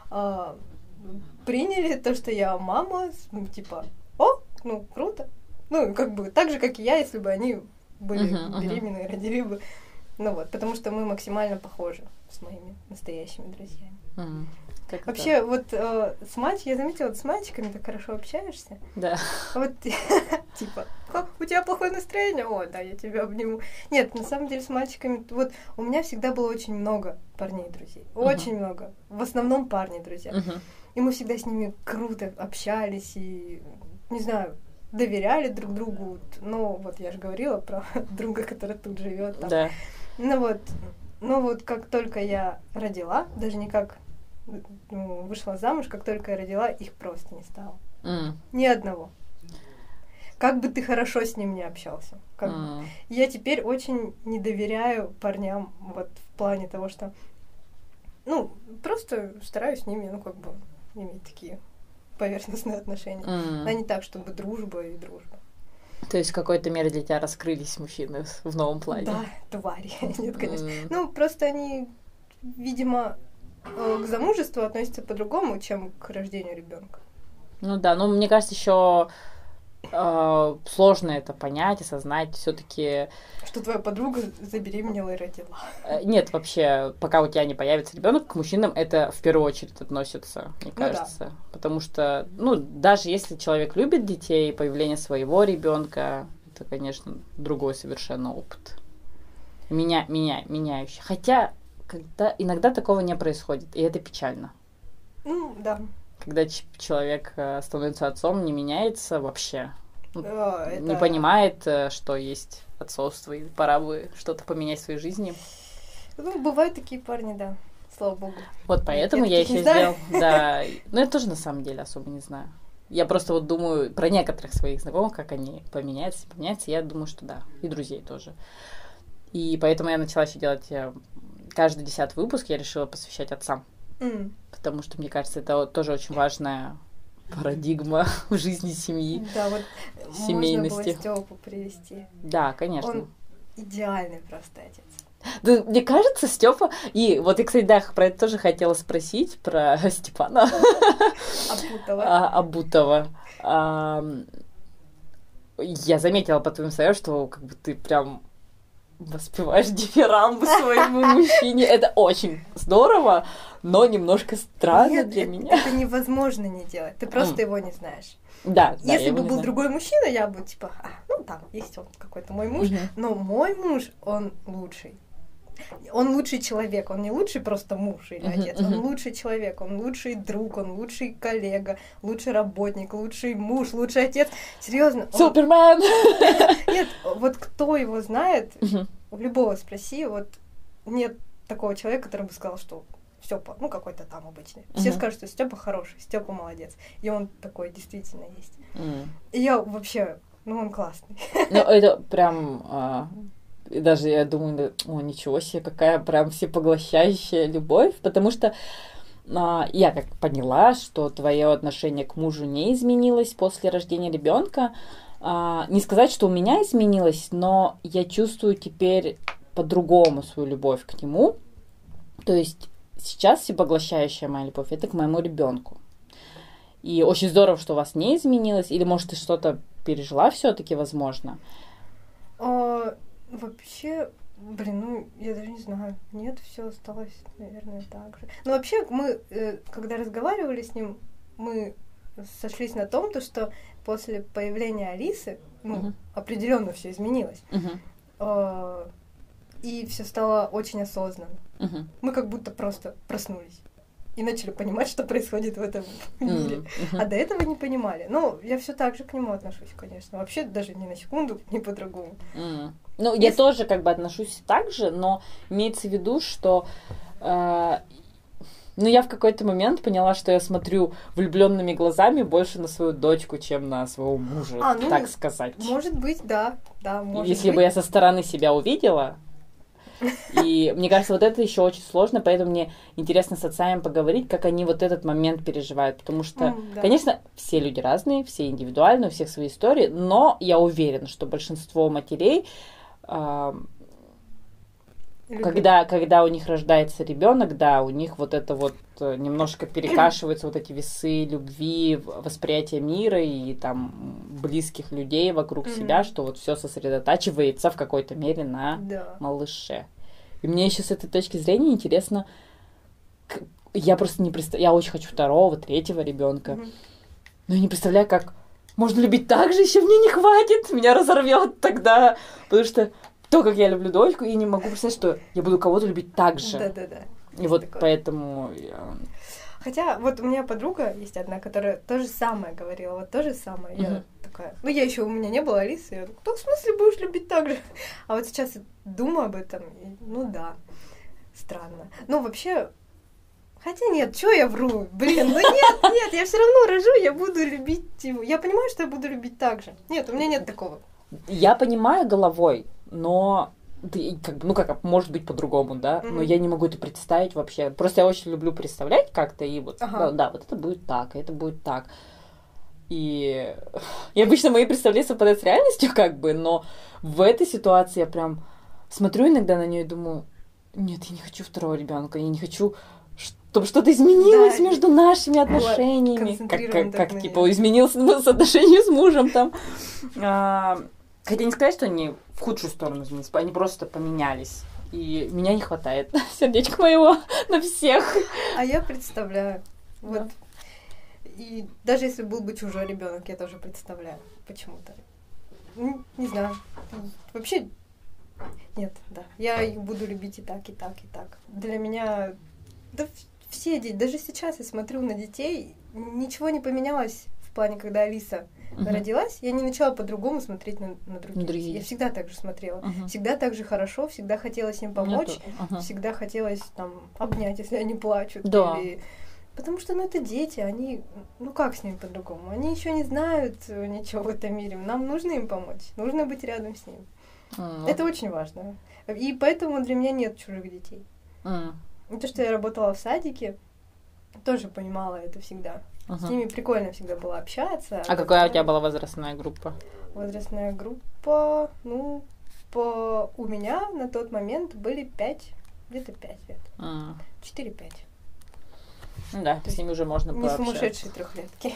приняли то, что я мама, ну, типа, ну, круто. Ну, как бы так же, как и я, если бы они были беременны и родили бы. Ну вот, потому что мы максимально похожи с моими настоящими друзьями. Вообще, вот я заметила, с мальчиками ты хорошо общаешься. Да. Вот, типа, как, у тебя плохое настроение? О, да, я тебя обниму. Нет, на самом деле с мальчиками, вот, у меня всегда было очень много парней-друзей. Очень много. В основном парни-друзья. И мы всегда с ними круто общались и, не знаю, доверяли друг другу. Ну, вот я же говорила про друга, который тут живет. Да. Ну вот, как только я родила, даже не как вышла замуж, как только я родила, их просто не стало. Ни одного. Как бы ты хорошо с ним не общался. Я теперь очень не доверяю парням вот в плане того, что, ну, просто стараюсь с ними, ну, как бы, иметь такие поверхностные отношения. А не так, чтобы дружба и дружба. То есть в какой-то мере для тебя раскрылись мужчины в новом плане? Да, твари. Нет, конечно. Ну, просто они, видимо, к замужеству относятся по-другому, чем к рождению ребенка. Ну да, но мне кажется, еще сложно это понять, осознать все-таки. Что твоя подруга забеременела и родила. Нет, вообще, пока у тебя не появится ребенок, к мужчинам это в первую очередь относится, мне кажется. Да. Потому что, ну, даже если человек любит детей, появление своего ребенка, это, конечно, другой совершенно опыт. Меняющий. Хотя иногда такого не происходит, и это печально. Ну, да. Когда человек становится отцом, не меняется вообще. Не понимает, что есть отцовство, и пора бы что-то поменять в своей жизни. Ну, бывают такие парни, да. Слава богу. Вот поэтому я еще сделала. Да. Ну, я тоже на самом деле особо не знаю. Я просто вот думаю про некоторых своих знакомых, как они поменяются. Я думаю, что да. И друзей тоже. И поэтому я начала еще делать каждый 10-й выпуск, я решила посвящать отцам. Потому что, мне кажется, это тоже очень важная парадигма в жизни семьи. Да, вот семейности. Можно было Стёпу привести. Да, конечно. Он идеальный просто отец. Да, мне кажется, Степа... И вот я, кстати, да, про это тоже хотела спросить, про Степана. Абутова. Я заметила по твоим словам, что как бы ты прям воспеваешь дифирамбы своему мужчине. Это очень здорово, но немножко странно для меня. Это невозможно не делать. Ты просто его не знаешь. Да, если бы был другой мужчина, я бы типа, ну там, есть он какой-то мой муж, но мой муж, он лучший. Он лучший человек, он не лучший просто муж или отец, он лучший человек, он лучший друг, он лучший коллега, лучший работник, лучший муж, лучший отец. Серьезно. Супермен! Нет, вот кто его знает, у любого спроси, вот нет такого человека, который бы сказал, что Стёпа, ну какой-то там обычный. Все скажут, что Стёпа хороший, Стёпа молодец. И он такой действительно есть. И я вообще, ну он классный. Ну это прям... И даже я думаю, о, ничего себе, какая прям всепоглощающая любовь, потому что я как поняла, что твое отношение к мужу не изменилось после рождения ребенка. Не сказать, что у меня изменилось, но я чувствую теперь по-другому свою любовь к нему. То есть сейчас всепоглощающая моя любовь это к моему ребенку. И очень здорово, что у вас не изменилось, или может ты что-то пережила все-таки, возможно. Вообще, я даже не знаю. Нет, все осталось, наверное, так же. Но вообще, мы, когда разговаривали с ним, мы сошлись на том, что после появления Алисы, определенно все изменилось. И все стало очень осознанно. Мы как будто просто проснулись и начали понимать, что происходит в этом мире. А до этого не понимали. Но я все так же к нему отношусь, конечно. Вообще даже ни на секунду, ни по-другому. Ну, я тоже как бы отношусь так же, но имеется в виду, что я в какой-то момент поняла, что я смотрю влюбленными глазами больше на свою дочку, чем на своего мужа, так сказать. Может быть, да. Если бы я со стороны себя увидела. И мне кажется, вот это еще очень сложно, поэтому мне интересно с отцами поговорить, как они вот этот момент переживают. Потому что, конечно, все люди разные, все индивидуальны, у всех свои истории, но я уверена, что большинство матерей, когда у них рождается ребенок, да, у них вот это вот немножко перекашиваются вот эти весы любви, восприятия мира и там близких людей вокруг себя, что вот все сосредотачивается в какой-то мере на малыше. И мне еще с этой точки зрения интересно, я просто не представляю, я очень хочу второго, третьего ребенка, но я не представляю, как можно любить так же, еще мне не хватит, меня разорвет тогда, потому что то, как я люблю дочку, я не могу представить, что я буду кого-то любить так же. Да. И вот такое. Поэтому... Хотя вот у меня подруга есть одна, которая то же самое говорила, вот то же самое. Я такая... у меня не было Алисы, я такая, в смысле будешь любить так же? А вот сейчас думаю об этом, да, странно. Вообще... Хотя нет, что я вру? Нет, я все равно рожу, я буду любить его. Я понимаю, что я буду любить так же. Нет, у меня нет такого. Я понимаю головой, но может быть по-другому, да, но я не могу это представить вообще. Просто я очень люблю представлять как-то, и вот, вот это будет так, и это будет так. И обычно мои представления совпадают с реальностью, но в этой ситуации я прям смотрю иногда на нее и думаю, нет, я не хочу второго ребенка, я не хочу, чтобы что-то изменилось между нашими отношениями, как изменилось соотношение с мужем там. Хотя не сказать, что они в худшую сторону изменились, они просто поменялись. И меня не хватает сердечка моего на всех. А я представляю. Вот. И даже если был бы чужой ребенок, я тоже представляю почему-то. Не знаю. Вообще нет, да. Я их буду любить и так, и так, и так. Для меня все дети, даже сейчас я смотрю на детей, ничего не поменялось в плане, когда Алиса родилась, я не начала по-другому смотреть на других. Я всегда так же смотрела. Всегда так же хорошо, всегда хотелось им помочь, всегда хотелось обнять, если они плачут. Да. Потому что, это дети, они, как с ними по-другому? Они еще не знают ничего в этом мире. Нам нужно им помочь, нужно быть рядом с ним. Это очень важно. И поэтому для меня нет чужих детей. То, что я работала в садике, тоже понимала это всегда. С ними прикольно всегда было общаться. А какая у тебя была возрастная группа? Возрастная группа, у меня на тот момент были 5 лет. 4-5. Да, с ними уже можно пообщаться. Не сумасшедшие трехлетки.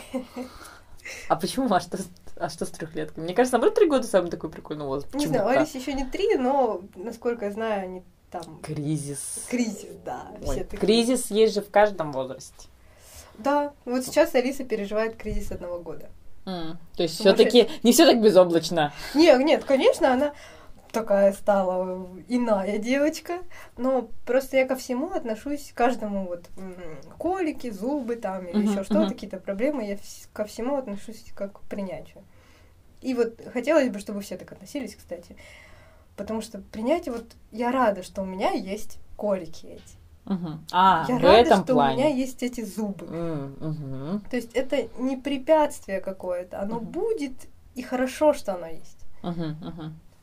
А почему? А что с трехлетками? Мне кажется, наоборот, 3 года самый такой прикольный возраст. Не знаю, Алисе еще не 3, но, насколько я знаю, они там... Кризис, да. Кризис есть же в каждом возрасте. Да, вот сейчас Алиса переживает кризис 1 года. То есть все-таки не все так безоблачно. Нет, конечно, она такая стала иная девочка, но просто я ко всему отношусь, к каждому колики, зубы там или еще что-то, какие-то проблемы, я ко всему отношусь как к принятию. И хотелось бы, чтобы все так относились, кстати, потому что принятие, я рада, что у меня есть колики эти. Я в рада, этом что плане. у меня есть эти зубы. То есть это не препятствие какое-то, оно будет, и хорошо, что оно есть.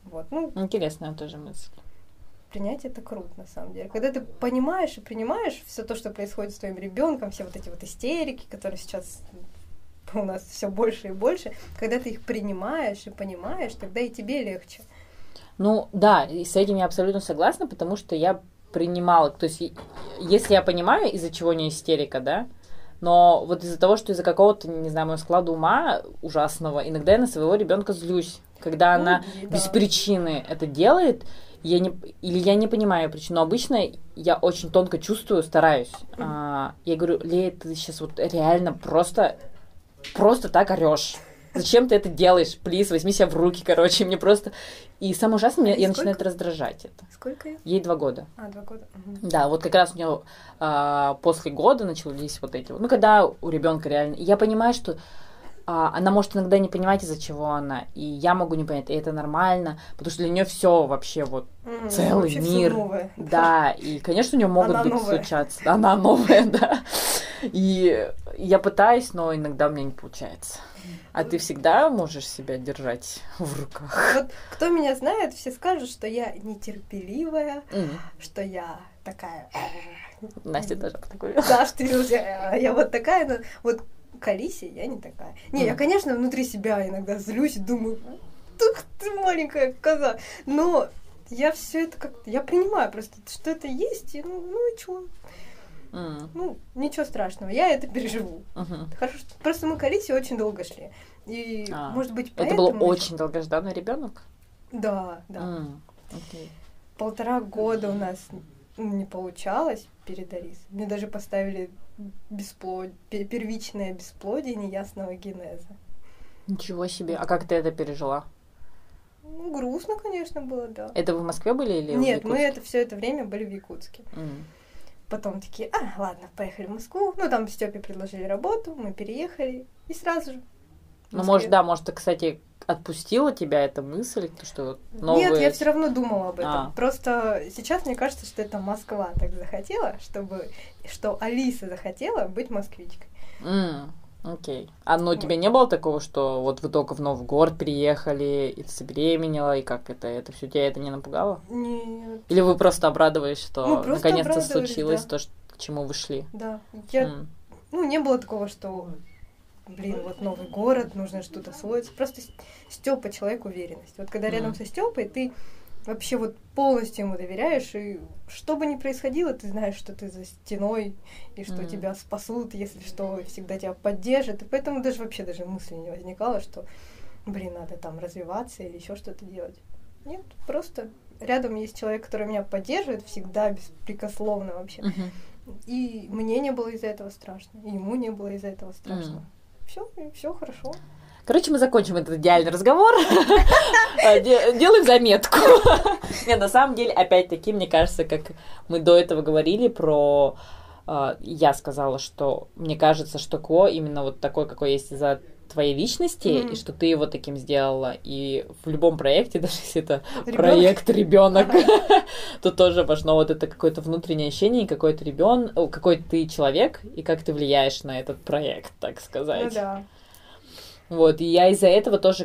Вот, интересная тоже мысль. Принять это круто, на самом деле. Когда ты понимаешь и принимаешь все то, что происходит с твоим ребенком, все вот эти вот истерики, которые сейчас у нас все больше и больше, когда ты их принимаешь и понимаешь, тогда и тебе легче. Да, и с этим я абсолютно согласна, потому что я принимала, то есть если я понимаю, из-за чего не истерика, да, но вот из-за того, что из-за какого-то, не знаю, моего склада ума ужасного, иногда я на своего ребенка злюсь, когда она без причины это делает, я не понимаю причину. Обычно я очень тонко чувствую, стараюсь. Я говорю: Лея, ты сейчас вот реально просто так орешь. Зачем ты это делаешь? Плиз, возьми себя в руки, короче. Мне просто... И самое ужасное, я начинаю это раздражать. Сколько ей? Ей 2 года. 2 года. Да, вот как раз у нее после года начались вот эти вот... когда у ребенка реально... Я понимаю, что она может иногда не понимать, из-за чего она. И я могу не понять, и это нормально, потому что для нее все вообще вот целый мир. Новое. Да, и, конечно, у нее могут быть случаться. Она новая, да. И я пытаюсь, но иногда у меня не получается. А ты всегда можешь себя держать в руках? Вот кто меня знает, все скажут, что я нетерпеливая, что я такая... Настя тоже такой. Да, что я вот такая, но вот к Алисе я не такая. Не, я, конечно, внутри себя иногда злюсь и думаю: ты маленькая коза. Но я все это как-то... Я принимаю просто, что это есть, и и чё? Ничего страшного, я это переживу. Хорошо, просто мы к Алисе очень долго шли. И, может быть, поэтому... Это был очень долгожданный ребенок? Да. 1,5 года у нас не получалось перед Алисой. Мне даже поставили первичное бесплодие неясного генеза. Ничего себе. А как ты это пережила? Грустно, конечно, было, да. Это вы в Москве были или Нет, в Якутске? мы все это время были в Якутске. Потом такие: ладно, поехали в Москву. Там Стёпе предложили работу, мы переехали, и сразу же. Может, кстати, отпустила тебя эта мысль, что новые... Нет, я все равно думала об этом. Просто сейчас мне кажется, что это Москва так захотела, что Алиса захотела быть москвичкой. Окей. У тебя не было такого, что вот вы только в новый город приехали, и ты забеременела, и как это все тебя это не напугало? Нет. Или вы просто обрадовались, что наконец-то случилось да. то, к чему вы шли? Да. Не было такого, что... вот новый город, нужно что-то освоить. Просто Стёпа человек уверенности. Вот когда рядом со Стёпой, ты вообще вот полностью ему доверяешь, и что бы ни происходило, ты знаешь, что ты за стеной, и что тебя спасут, если что, и всегда тебя поддержат. И поэтому даже мысли не возникало, что, надо там развиваться или еще что-то делать. Нет, просто рядом есть человек, который меня поддерживает всегда, беспрекословно вообще. И мне не было из-за этого страшно, и ему не было из-за этого страшно. Все хорошо. Короче, мы закончим этот идеальный разговор. Делаем заметку. Нет, на самом деле, опять-таки, мне кажется, как мы до этого говорили про... Я сказала, что мне кажется, что КО именно вот такой, какой есть из-за твоей личности, и что ты его таким сделала. И в любом проекте, даже если это проект ребенок, то тоже важно вот это какое-то внутреннее ощущение, какой ты человек, и как ты влияешь на этот проект, так сказать. Да. Вот, и я из-за этого тоже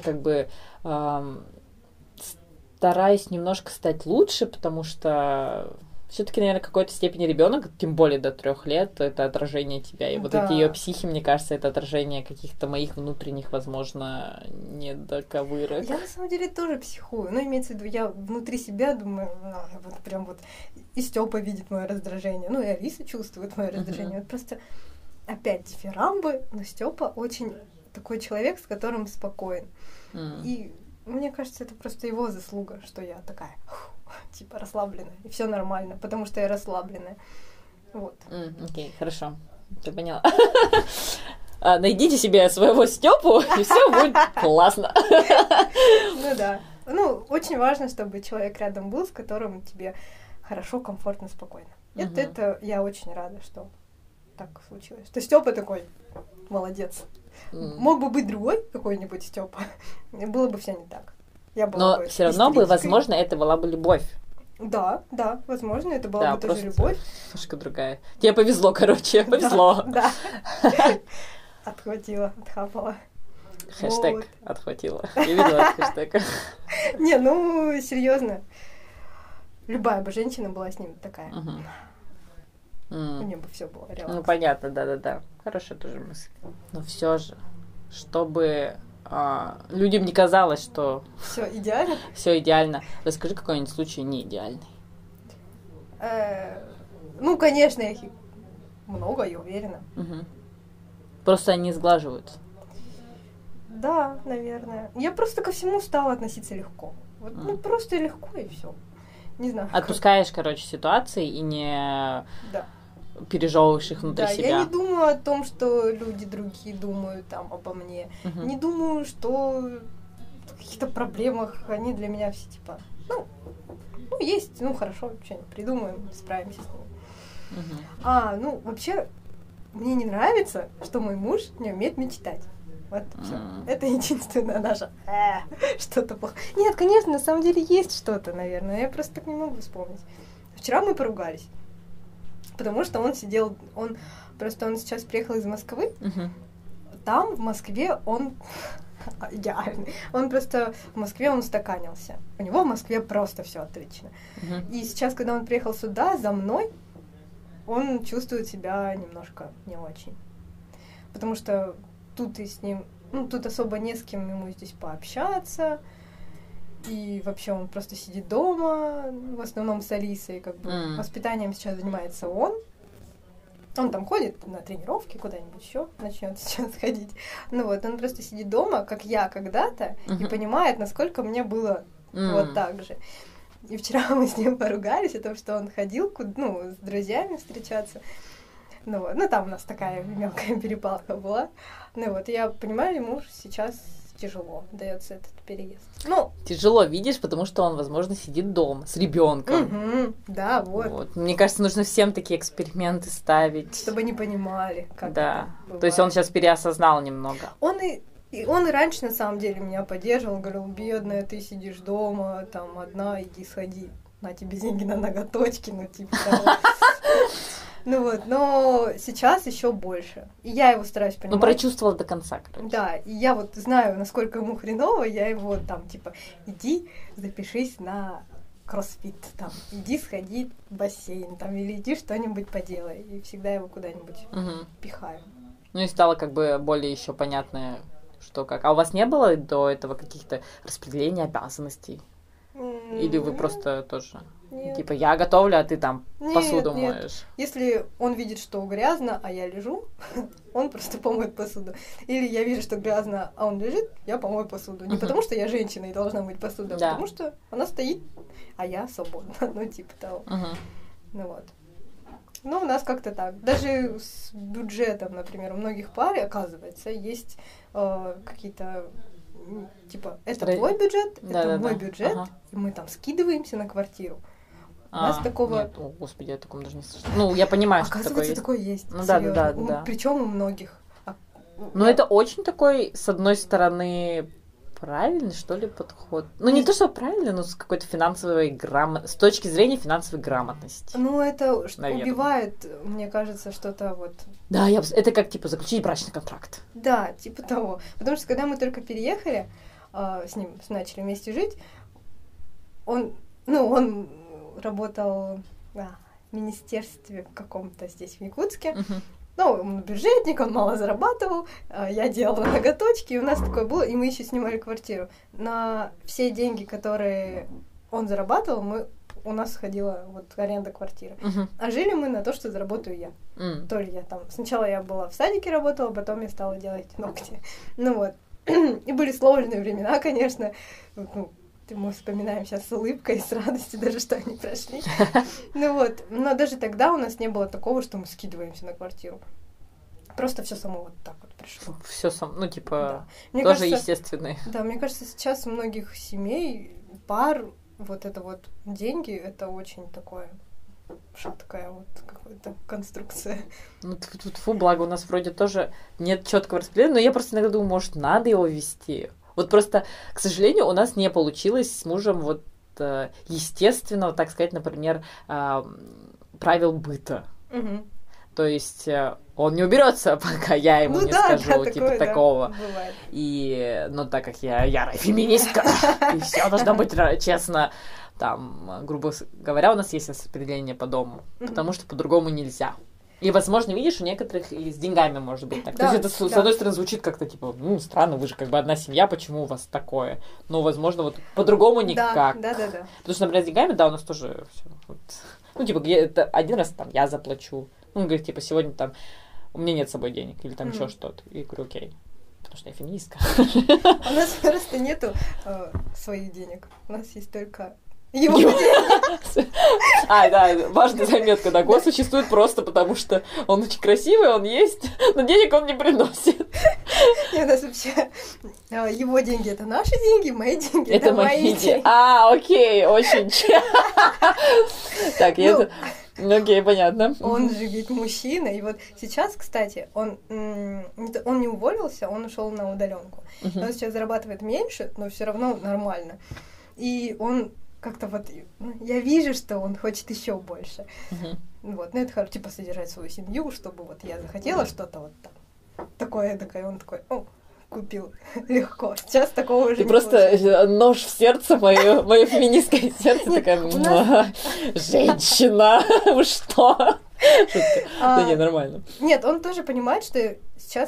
стараюсь немножко стать лучше, потому что все-таки, наверное, в какой-то степени ребенок, тем более до 3 лет, это отражение тебя. И вот эти ее психи, мне кажется, это отражение каких-то моих внутренних, возможно, недоковырок. Я на самом деле тоже психую. Имеется в виду, я внутри себя думаю, и Стёпа видит мое раздражение, и Алиса чувствует мое раздражение. Вот просто опять дифирамбы, но Стёпа очень такой человек, с которым спокоен. И мне кажется, это просто его заслуга, что я такая, расслабленная. И все нормально, потому что я расслабленная. Вот. Окей, хорошо. Ты поняла. Найдите себе своего Стёпу, и все будет классно. Да. Очень важно, чтобы человек рядом был, с которым тебе хорошо, комфортно, спокойно. Это я очень рада, что так случилось. Что Стёпа такой молодец. Мог бы быть другой какой-нибудь Стёпа, было бы все не так. Но все равно бы, возможно, это была бы любовь. Да, возможно, это была бы тоже любовь. Немножко другая. Тебе повезло, повезло. Да. Отхватила, отхапала. Хэштег отхватила. Я видела хэштег. Не, ну, серьезно. Любая бы женщина была с ним такая. У нее бы все было релакс. Ну, понятно, да. Хорошая тоже мысль. Но все же, чтобы людям не казалось, что... Все идеально? Все идеально. Расскажи какой-нибудь случай не идеальный. Ну, конечно, их много, я уверена. Просто они сглаживаются. Да, наверное. Я просто ко всему стала относиться легко. Вот, ну, просто легко и все. Не знаю. Отпускаешь, короче, ситуации и не пережевываешь их внутри себя. Я не думаю о том, что люди другие думают там обо мне. Не думаю, что в каких-то проблемах они для меня все типа, ну есть, ну хорошо, что-нибудь придумаем, справимся с ними. Ну, вообще, мне не нравится, что мой муж не умеет мечтать. Вот все. Это единственное наше что-то плохое. Нет, конечно, на самом деле есть что-то, наверное. Я просто так не могу вспомнить. Вчера мы поругались. Потому что он сейчас приехал из Москвы. Там, в Москве, он идеальный. Он просто в Москве он устаканился. У него в Москве просто все отлично. И сейчас, когда он приехал сюда за мной, он чувствует себя немножко не очень. Потому что тут и с ним, тут особо не с кем ему здесь пообщаться. И вообще он просто сидит дома, в основном с Алисой, как бы воспитанием сейчас занимается он. Он там ходит на тренировки, куда-нибудь еще начнет сейчас ходить. Ну вот, он просто сидит дома, как я когда-то, и понимает, насколько мне было вот так же. И вчера мы с ним поругались о том, что он ходил с друзьями встречаться. Ну там у нас такая мелкая перепалка была. Ну вот, я понимаю, ему сейчас тяжело дается этот переезд. Тяжело, видишь, потому что он, возможно, сидит дома с ребенком. Да, вот. Мне кажется, нужно всем такие эксперименты ставить. Чтобы не понимали, как это бывает. То есть он сейчас переосознал немного. Он и раньше, на самом деле, меня поддерживал, говорил, бедная, ты сидишь дома, там, одна, иди сходи, на тебе деньги на ноготочки, типа того. Но сейчас еще больше. И я его стараюсь понимать. Прочувствовала до конца, короче. Да, и я знаю, насколько ему хреново, я его иди запишись на кроссфит, иди сходи в бассейн, или иди что-нибудь поделай. И всегда его куда-нибудь пихаю. И стало более еще понятное, что как. А у вас не было до этого каких-то распределений обязанностей? Или вы просто тоже... Нет. Типа, я готовлю, а ты там посуду моешь. Если он видит, что грязно, а я лежу, он просто помоет посуду. Или я вижу, что грязно, а он лежит, я помою посуду. Не потому, что я женщина и должна мыть посуду, а потому что она стоит, а я свободна. Типа того. У нас как-то так. Даже с бюджетом, например, у многих пар, оказывается, есть какие-то... Типа, это твой бюджет, это мой бюджет, и мы скидываемся на квартиру. У нас такого... Нет, господи, я о таком даже не слышала. Я понимаю, что такое есть. Оказывается, такое есть. Да. Причем у многих. Это очень такой, с одной стороны, правильный, что ли, подход. Не то, что правильный, но с какой-то финансовой грамотностью, с точки зрения финансовой грамотности. Это убивает, мне кажется, что-то Да, это как, заключить брачный контракт. Да, типа того. Потому что, когда мы только переехали, с ним начали вместе жить, он работал в министерстве каком-то здесь, в Якутске. Он бюджетник, он мало зарабатывал, я делала ноготочки, и у нас такое было, и мы еще снимали квартиру. На все деньги, которые он зарабатывал, у нас сходила аренда квартиры. А жили мы на то, что заработаю я. То ли я сначала я была в садике работала, потом я стала делать ногти. И были сложные времена, конечно. Мы вспоминаем сейчас с улыбкой, с радостью даже, что они прошли. Но даже тогда у нас не было такого, что мы скидываемся на квартиру. Просто все само так пришло. Все само, да. Тоже естественное. Да, мне кажется, сейчас у многих семей, пар, деньги, это очень такое шаткая какая-то конструкция. Тьфу, благо у нас вроде тоже нет четкого распределения, но я просто иногда думаю, может, надо его вести. Просто, к сожалению, у нас не получилось с мужем естественного, так сказать, например, правил быта. То есть он не уберется, пока я ему не скажу, типа такого. И, ну, так как я ярая феминистка, и все должно быть честно, там, грубо говоря, у нас есть распределение по дому, потому что по-другому нельзя. И, возможно, видишь, у некоторых и с деньгами может быть так. То есть это, с одной стороны, звучит как-то, типа, ну, странно, вы же как бы одна семья, почему у вас такое? Но, возможно, вот по-другому никак. Да. Потому что, например, с деньгами, да, у нас тоже все. Вот. Ну, типа, один раз там я заплачу. Он говорит, типа, сегодня там у меня нет с собой денег или там еще что-то. И я говорю, окей. Потому что я феминистка. У нас просто нету своих денег. У нас есть только его деньги. Да, важная заметка, да, год существует просто потому, что он очень красивый, он есть, но денег он не приносит. И у нас вообще его деньги — это наши деньги, мои деньги — это мои деньги. Окей, очень. Так, это... Окей, понятно. Он же ведь мужчина, и вот сейчас, кстати, он не уволился, он ушел на удаленку. Он сейчас зарабатывает меньше, но все равно нормально. И он как-то вот, я вижу, что он хочет еще больше. Вот, ну это типа содержать свою семью, чтобы вот я захотела что-то вот там такое, он такой, купил легко. Сейчас такого уже ты не просто получается. Нож в сердце, мое феминистское сердце, такая, женщина, вы что? Да не, нормально. Нет, он тоже понимает, что сейчас,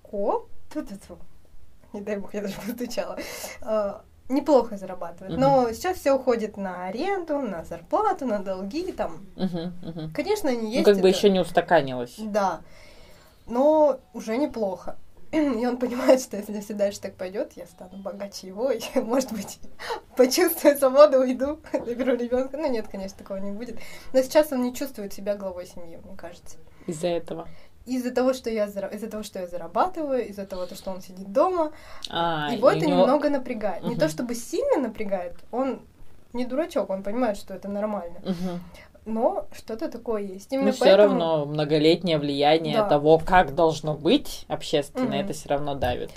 не дай бог, я даже постучала, неплохо зарабатывает. Но сейчас все уходит на аренду, на зарплату, на долги там. Конечно, они есть. Ну, как бы еще не устаканилось. Да. Но уже неплохо. И он понимает, что если все дальше так пойдет, я стану богаче его, и, может быть, почувствую свободу, уйду, заберу ребенка. Ну, нет, конечно, такого не будет. Но сейчас он не чувствует себя главой семьи, мне кажется. Из-за этого? Из-за того, что я зарабатываю, из-за того, что он сидит дома. Его это немного напрягает. Не то чтобы сильно напрягает, он не дурачок, он понимает, что это нормально. Но что-то такое есть. Именно поэтому... все равно многолетнее влияние того, как должно быть общественно, это все равно давит.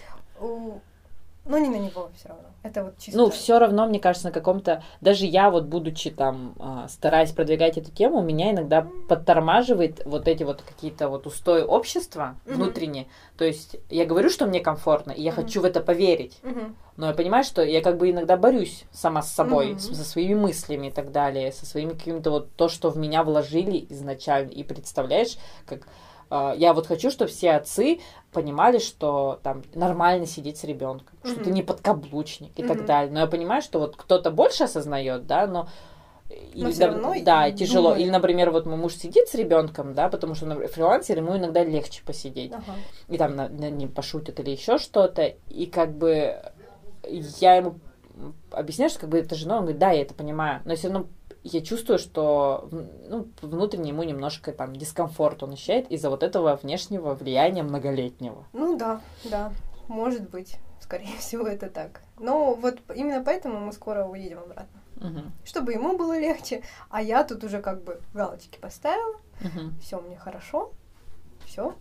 Но не на него все равно. Это вот чисто... Ну, все равно, мне кажется, на каком-то... Даже я вот, будучи там, стараясь продвигать эту тему, меня иногда подтормаживает вот эти вот какие-то вот устои общества внутренние. То есть я говорю, что мне комфортно, и я хочу в это поверить. Но я понимаю, что я как бы иногда борюсь сама с собой, со своими мыслями и так далее, со своими какими-то вот то, что в меня вложили изначально. И представляешь, как... Я вот хочу, чтобы все отцы понимали, что там нормально сидеть с ребенком, что ты не подкаблучник и так далее. Но я понимаю, что вот кто-то больше осознает, да, но все равно тяжело. Или, например, вот мой муж сидит с ребенком, да, потому что он фрилансер, ему иногда легче посидеть. И там не пошутит или еще что-то. И как бы я ему объясняю, что как бы это жена, он говорит, да, я это понимаю, но все равно я чувствую, что внутренне ему немножко там дискомфорт он ощущает из-за вот этого внешнего влияния многолетнего. Ну да, может быть, скорее всего это так. Но вот именно поэтому мы скоро уедем обратно, чтобы ему было легче, а я тут уже как бы галочки поставила, все мне хорошо, все,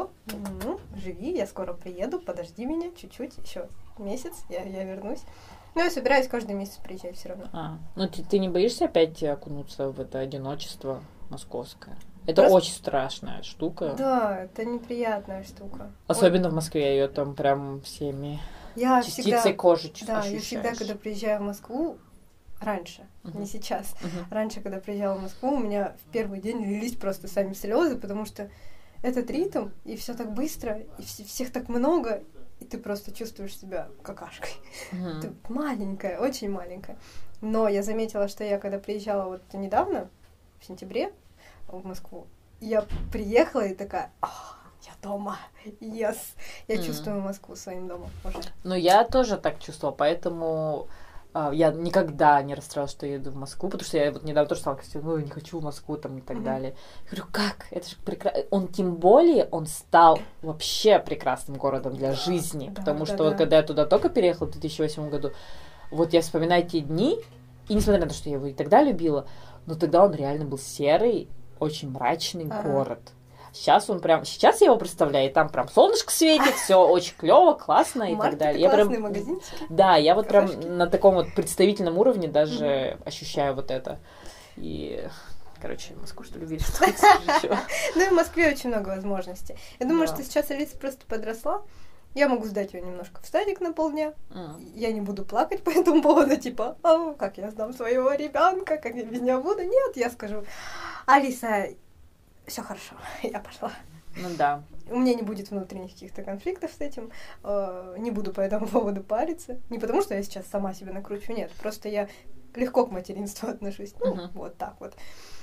живи, я скоро приеду, подожди меня чуть-чуть, еще месяц, я вернусь. Ну, я собираюсь каждый месяц приезжать все равно. Ну, ты не боишься опять окунуться в это одиночество московское? Это очень страшная штука. Да, это неприятная штука. Особенно в Москве, ее там прям всеми частицей кожи ощущаешь. Я всегда, когда приезжаю в Москву, раньше, не сейчас, раньше, когда приезжала в Москву, у меня в первый день лились просто сами слезы, потому что этот ритм, и все так быстро, и всех так много, и ты просто чувствуешь себя какашкой. Ты маленькая, очень маленькая. Но я заметила, что я, когда приезжала вот недавно, в сентябре, в Москву, я приехала и такая, я дома, yes. Я чувствую Москву своим домом уже. Ну, я тоже так чувствовала, поэтому... Я никогда не расстроилась, что я еду в Москву, потому что я вот недавно тоже стала говорить, я не хочу в Москву там и так далее. Я говорю, как? Это же прекрасно. Он тем более, он стал вообще прекрасным городом для жизни, потому что вот когда я туда только переехала в 2008 году, вот я вспоминаю те дни, и несмотря на то, что я его и тогда любила, но тогда он реально был серый, очень мрачный город. Сейчас я его представляю, и там прям солнышко светит, все очень клево, классно и так далее. Я прям магазинчики. Да, я вот прям на таком вот представительном уровне даже ощущаю вот это. И короче, в Москву, что ли, увидишь, что еще. Ну и в Москве очень много возможностей. Я думаю, что сейчас Алиса просто подросла. Я могу сдать ее немножко в садик на полдня. Я не буду плакать по этому поводу, типа, как я сдам своего ребенка, как я без него буду. Нет, я скажу, Алиса, все хорошо, я пошла. Ну да. У меня не будет внутренних каких-то конфликтов с этим. Не буду по этому поводу париться. Не потому, что я сейчас сама себя накручу, нет. Просто я легко к материнству отношусь. Ну, вот так вот.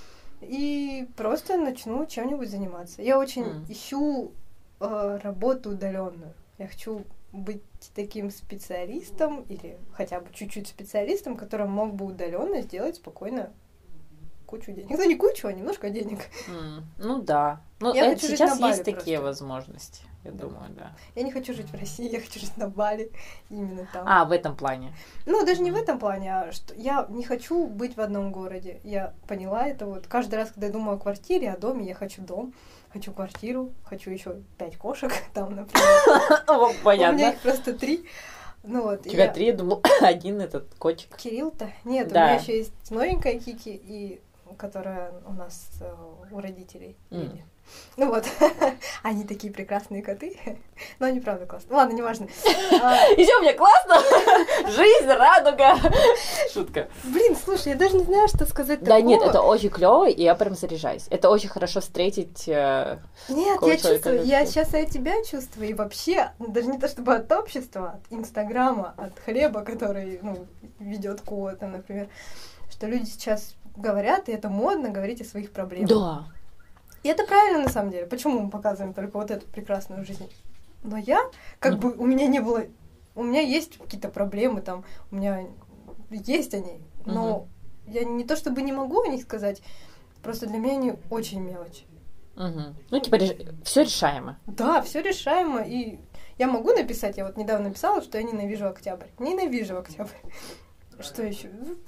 И просто начну чем-нибудь заниматься. Я очень ищу работу удаленную. Я хочу быть таким специалистом или хотя бы чуть-чуть специалистом, который мог бы удаленно сделать спокойно кучу денег. Ну, не кучу, а немножко денег. Ну да. Ну, это сейчас есть такие возможности, я думаю, да. Я не хочу жить в России, я хочу жить на Бали, именно там. А, в этом плане. Ну, даже не в этом плане, а что я не хочу быть в одном городе. Я поняла это вот. Каждый раз, когда я думаю о квартире, о доме, я хочу дом, хочу квартиру, хочу еще 5 кошек там, например. Понятно. У меня их просто 3. Ну вот. У тебя 3, я думал, 1 этот котик. Кирилл-то? Нет, у меня еще есть новенькая Кики, и которая у нас у родителей. Ну вот, они такие прекрасные коты, но они правда классные. Ладно, неважно. Еще у меня классно! Жизнь, радуга! Шутка. Блин, слушай, я даже не знаю, что сказать такого. Да нет, это очень клево, и я прям заряжаюсь. Это очень хорошо встретить. Нет, я чувствую, я сейчас от тебя чувствую, и вообще, даже не то чтобы от общества, от Инстаграма, от хлеба, который, ведет кого-то, например, что люди сейчас говорят, и это модно говорить о своих проблемах. Да. И это правильно, на самом деле. Почему мы показываем только вот эту прекрасную жизнь? Но я, у меня не было... У меня есть какие-то проблемы там, у меня есть они, но я не то чтобы не могу о них сказать, просто для меня они очень мелочи. Ну, типа, все решаемо. Да, все решаемо, и я могу написать, я вот недавно написала, что я ненавижу октябрь. Ненавижу октябрь. Что еще?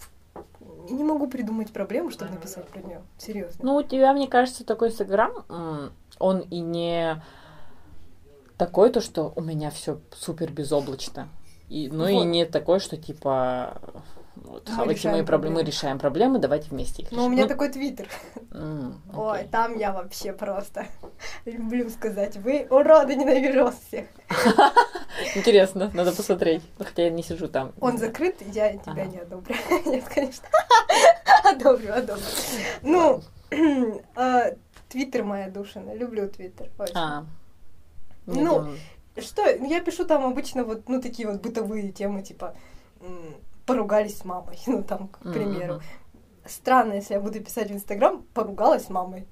Не могу придумать проблему, чтобы написать про нее. Серьезно. Ну, у тебя, мне кажется, такой Инстаграм, он и не такой, то, что у меня все супер безоблачно. И не такой, что типа хавайте мои проблемы, решаем проблемы, давайте вместе их решим. Но у меня такой Твиттер. Ой, там я вообще просто люблю сказать, вы уроды, ненавижу вас всех. Интересно, надо посмотреть. Хотя я не сижу там. Он закрыт, я тебя не одобряю. Нет, конечно. Одобрю. Ну, Твиттер моя душина. Люблю Твиттер. Ну, что, я пишу там обычно вот, такие вот бытовые темы, типа, поругались с мамой, там, к примеру. Странно, если я буду писать в Инстаграм, поругалась с мамой.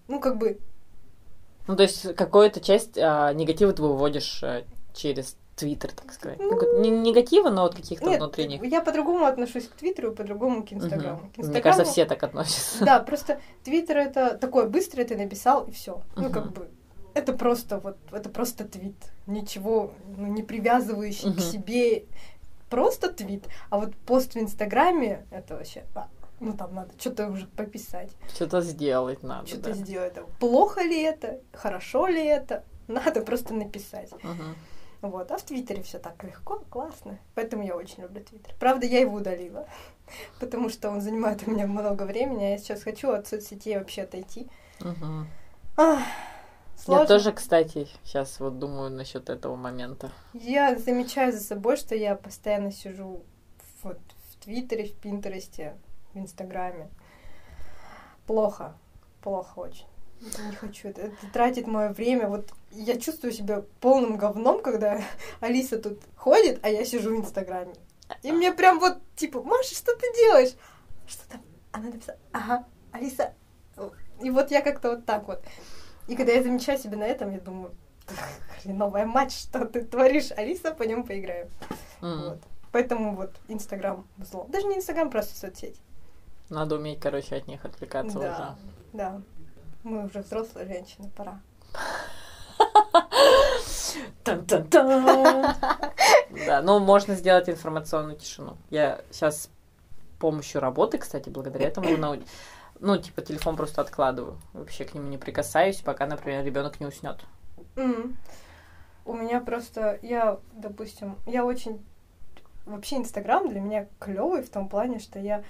Ну, то есть, какую-то часть негатива ты выводишь через Твиттер, так сказать. Не негатива, но вот каких-то внутренних. Я по-другому отношусь к Твиттеру, по-другому к Инстаграму. Мне кажется, все так относятся. Да, просто Твиттер это такое быстрое, ты написал, и все. Это просто твит. Ничего, не привязывающий к себе. Просто твит. А вот пост в Инстаграме, это вообще... там надо что-то уже пописать. Что-то сделать надо. Что-то сделать. Плохо ли это? Хорошо ли это? Надо просто написать. Вот. А в Твиттере все так легко, классно. Поэтому я очень люблю Твиттер. Правда, я его удалила, потому что он занимает у меня много времени, а я сейчас хочу от соцсетей вообще отойти. Сложно. Я тоже, кстати, сейчас вот думаю насчет этого момента. Я замечаю за собой, что я постоянно сижу вот в Твиттере, в Пинтересте, в Инстаграме. Плохо очень. Не хочу. Это тратит мое время. Вот я чувствую себя полным говном, когда Алиса тут ходит, а я сижу в Инстаграме. И мне прям вот, типа, Маша, что ты делаешь? Что там? Она написала, ага, Алиса. И вот я как-то вот так вот. И когда я замечаю себя на этом, я думаю, хреновая мать, что ты творишь, Алиса, пойдем поиграем. Вот. Поэтому вот Инстаграм зло. Даже не Инстаграм, просто соцсети. Надо уметь, короче, от них отвлекаться уже. Да. Мы уже взрослые женщины, пора. Да, можно сделать информационную тишину. Я сейчас с помощью работы, кстати, благодаря этому телефон просто откладываю. Вообще к нему не прикасаюсь, пока, например, ребенок не уснет. У меня просто, допустим, я очень... Вообще Инстаграм для меня клёвый в том плане, что я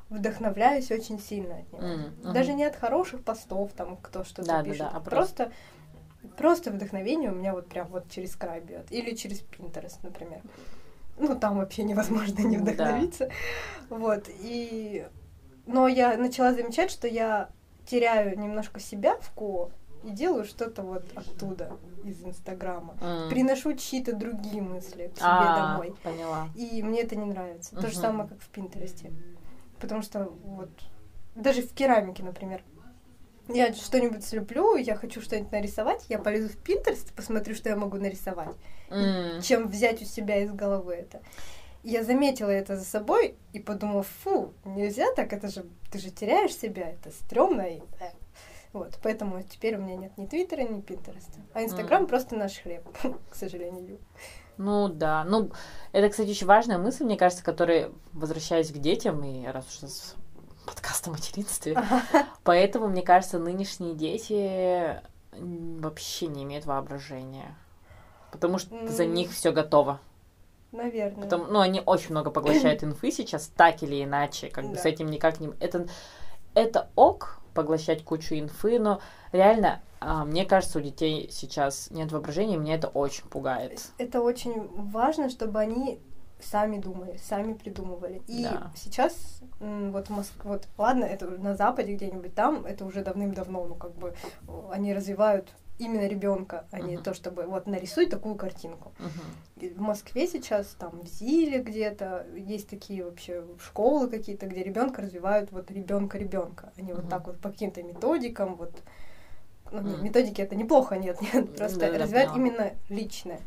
вдохновляюсь очень сильно от него. Даже не от хороших постов, там, кто что-то пишет. Да, просто вдохновение у меня вот прям вот через край бьет. Или через Pinterest, например. Ну, там вообще невозможно не вдохновиться. Да. Вот, но я начала замечать, что я теряю немножко себя в ко и делаю что-то вот оттуда, из Инстаграма. Приношу чьи-то другие мысли к себе домой. Поняла. И мне это не нравится. То же самое, как в Пинтересте. Потому что вот даже в керамике, например, я что-нибудь слеплю, я хочу что-нибудь нарисовать, я полезу в Pinterest, посмотрю, что я могу нарисовать, чем взять у себя из головы это. Я заметила это за собой и подумала, фу, нельзя так, ты же теряешь себя, это стрёмно. Вот, поэтому теперь у меня нет ни Твиттера, ни Пинтереста. А Инстаграм просто наш хлеб, к сожалению. Ну да, это, кстати, очень важная мысль, мне кажется, которая, возвращаясь к детям, и раз уж у нас подкаст о материнстве, поэтому, мне кажется, нынешние дети вообще не имеют воображения, потому что за них все готово. Наверное. Они очень много поглощают инфы сейчас, так или иначе, с этим никак не... Это ок, поглощать кучу инфы, но реально, мне кажется, у детей сейчас нет воображения, и меня это очень пугает. Это очень важно, чтобы они сами думали, сами придумывали. И сейчас, ладно, это на Западе где-нибудь там, это уже давным-давно, они развивают именно ребенка, а не то, чтобы нарисуй такую картинку. В Москве сейчас, там, в Зиле где-то, есть такие вообще школы какие-то, где ребенка развивают ребенка. Они вот так вот по каким-то методикам, методики это неплохо, нет, просто развивают именно личное.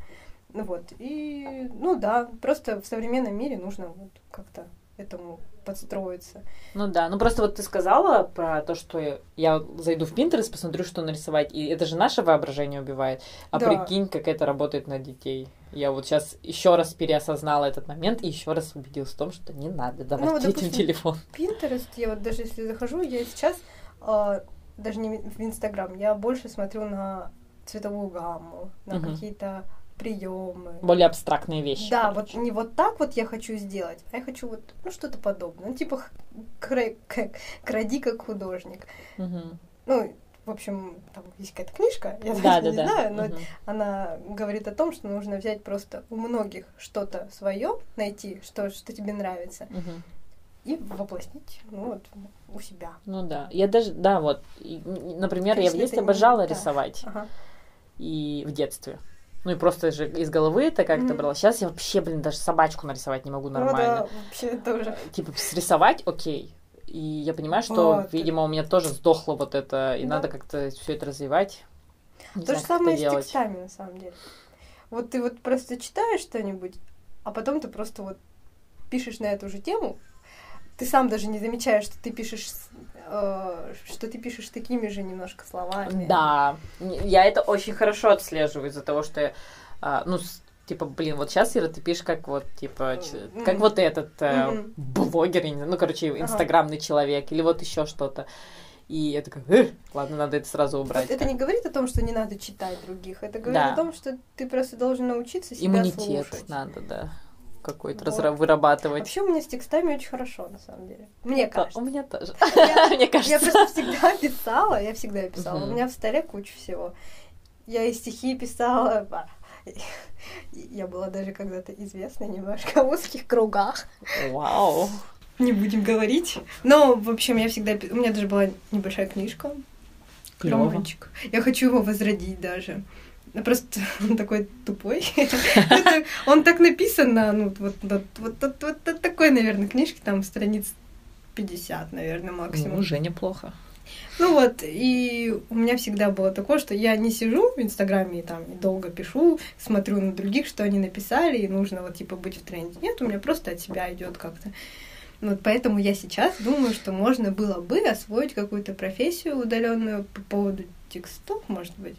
Просто в современном мире нужно как-то этому подстроиться. Просто ты сказала про то, что я зайду в Pinterest, посмотрю, что нарисовать, и это же наше воображение убивает. Прикинь, как это работает на детей. Я вот сейчас еще раз переосознала этот момент и еще раз убедилась в том, что не надо давать детям телефон. Pinterest, я даже если захожу, я сейчас даже не в Инстаграм, я больше смотрю на цветовую гамму, на какие-то приемы. Более абстрактные вещи. Да, не вот так я хочу сделать, а я хочу что-то подобное. Типа кради как художник. В общем, там есть какая-то книжка, я не знаю, но она говорит о том, что нужно взять просто у многих что-то свое, найти, что тебе нравится, и воплотить, у себя. Я даже, например, конечно, я в детстве обожала рисовать. И в детстве. И просто же из головы это как-то брала. Сейчас я вообще, даже собачку нарисовать не могу нормально. Вообще тоже. Типа, срисовать, окей. И я понимаю, что, видимо, у меня тоже сдохло это, и надо как-то все это развивать. То же самое с текстами, на самом деле. Ты просто читаешь что-нибудь, а потом ты просто пишешь на эту же тему. Ты сам даже не замечаешь, что ты пишешь такими же немножко словами. Да, я это очень хорошо отслеживаю из-за того, что сейчас, Ира, ты пишешь как как этот блогер, инстаграмный человек, или еще что-то. И я такая, ладно, надо это сразу убрать. Это не говорит о том, что не надо читать других, это говорит о том, что ты просто должен научиться себя слушать. Иммунитет надо, какой-то вырабатывать. Вообще у меня с текстами очень хорошо, на самом деле. Мне кажется. У меня тоже. Мне кажется. Я просто всегда писала. У меня в столе куча всего. Я и стихи писала. Я была даже когда-то известна немножко в узких кругах. Вау. Не будем говорить. Но, в общем, у меня даже была небольшая книжка. Романчик. Я хочу его возродить даже. Просто он такой тупой. Он так написан вот такой, наверное, книжки, там страниц 50, наверное, максимум. Уже неплохо. И у меня всегда было такое, что я не сижу в Инстаграме и там долго пишу, смотрю на других, что они написали, и нужно быть в тренде. Нет, у меня просто от себя идет как-то. Поэтому я сейчас думаю, что можно было бы освоить какую-то профессию удаленную по поводу текстов, может быть.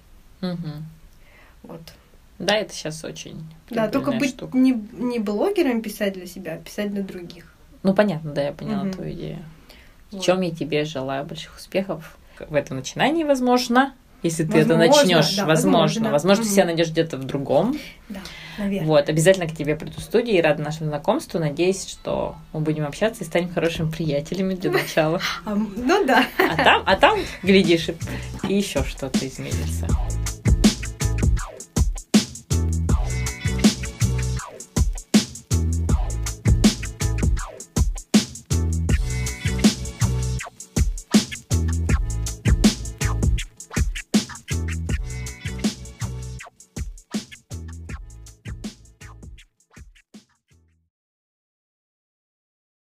Да, это сейчас очень. Да, только быть не блогером писать для себя, а писать для других. Понятно, да, я поняла твою идею. В чем я тебе желаю больших успехов в этом начинании, возможно. Если ты это начнешь, возможно, ты себя найдешь где-то в другом. Да. Наверное. Вот, обязательно к тебе приду в студию и рада нашему знакомству. Надеюсь, что мы будем общаться и станем хорошими приятелями для начала. Ну да. А там, глядишь, и еще что-то изменится.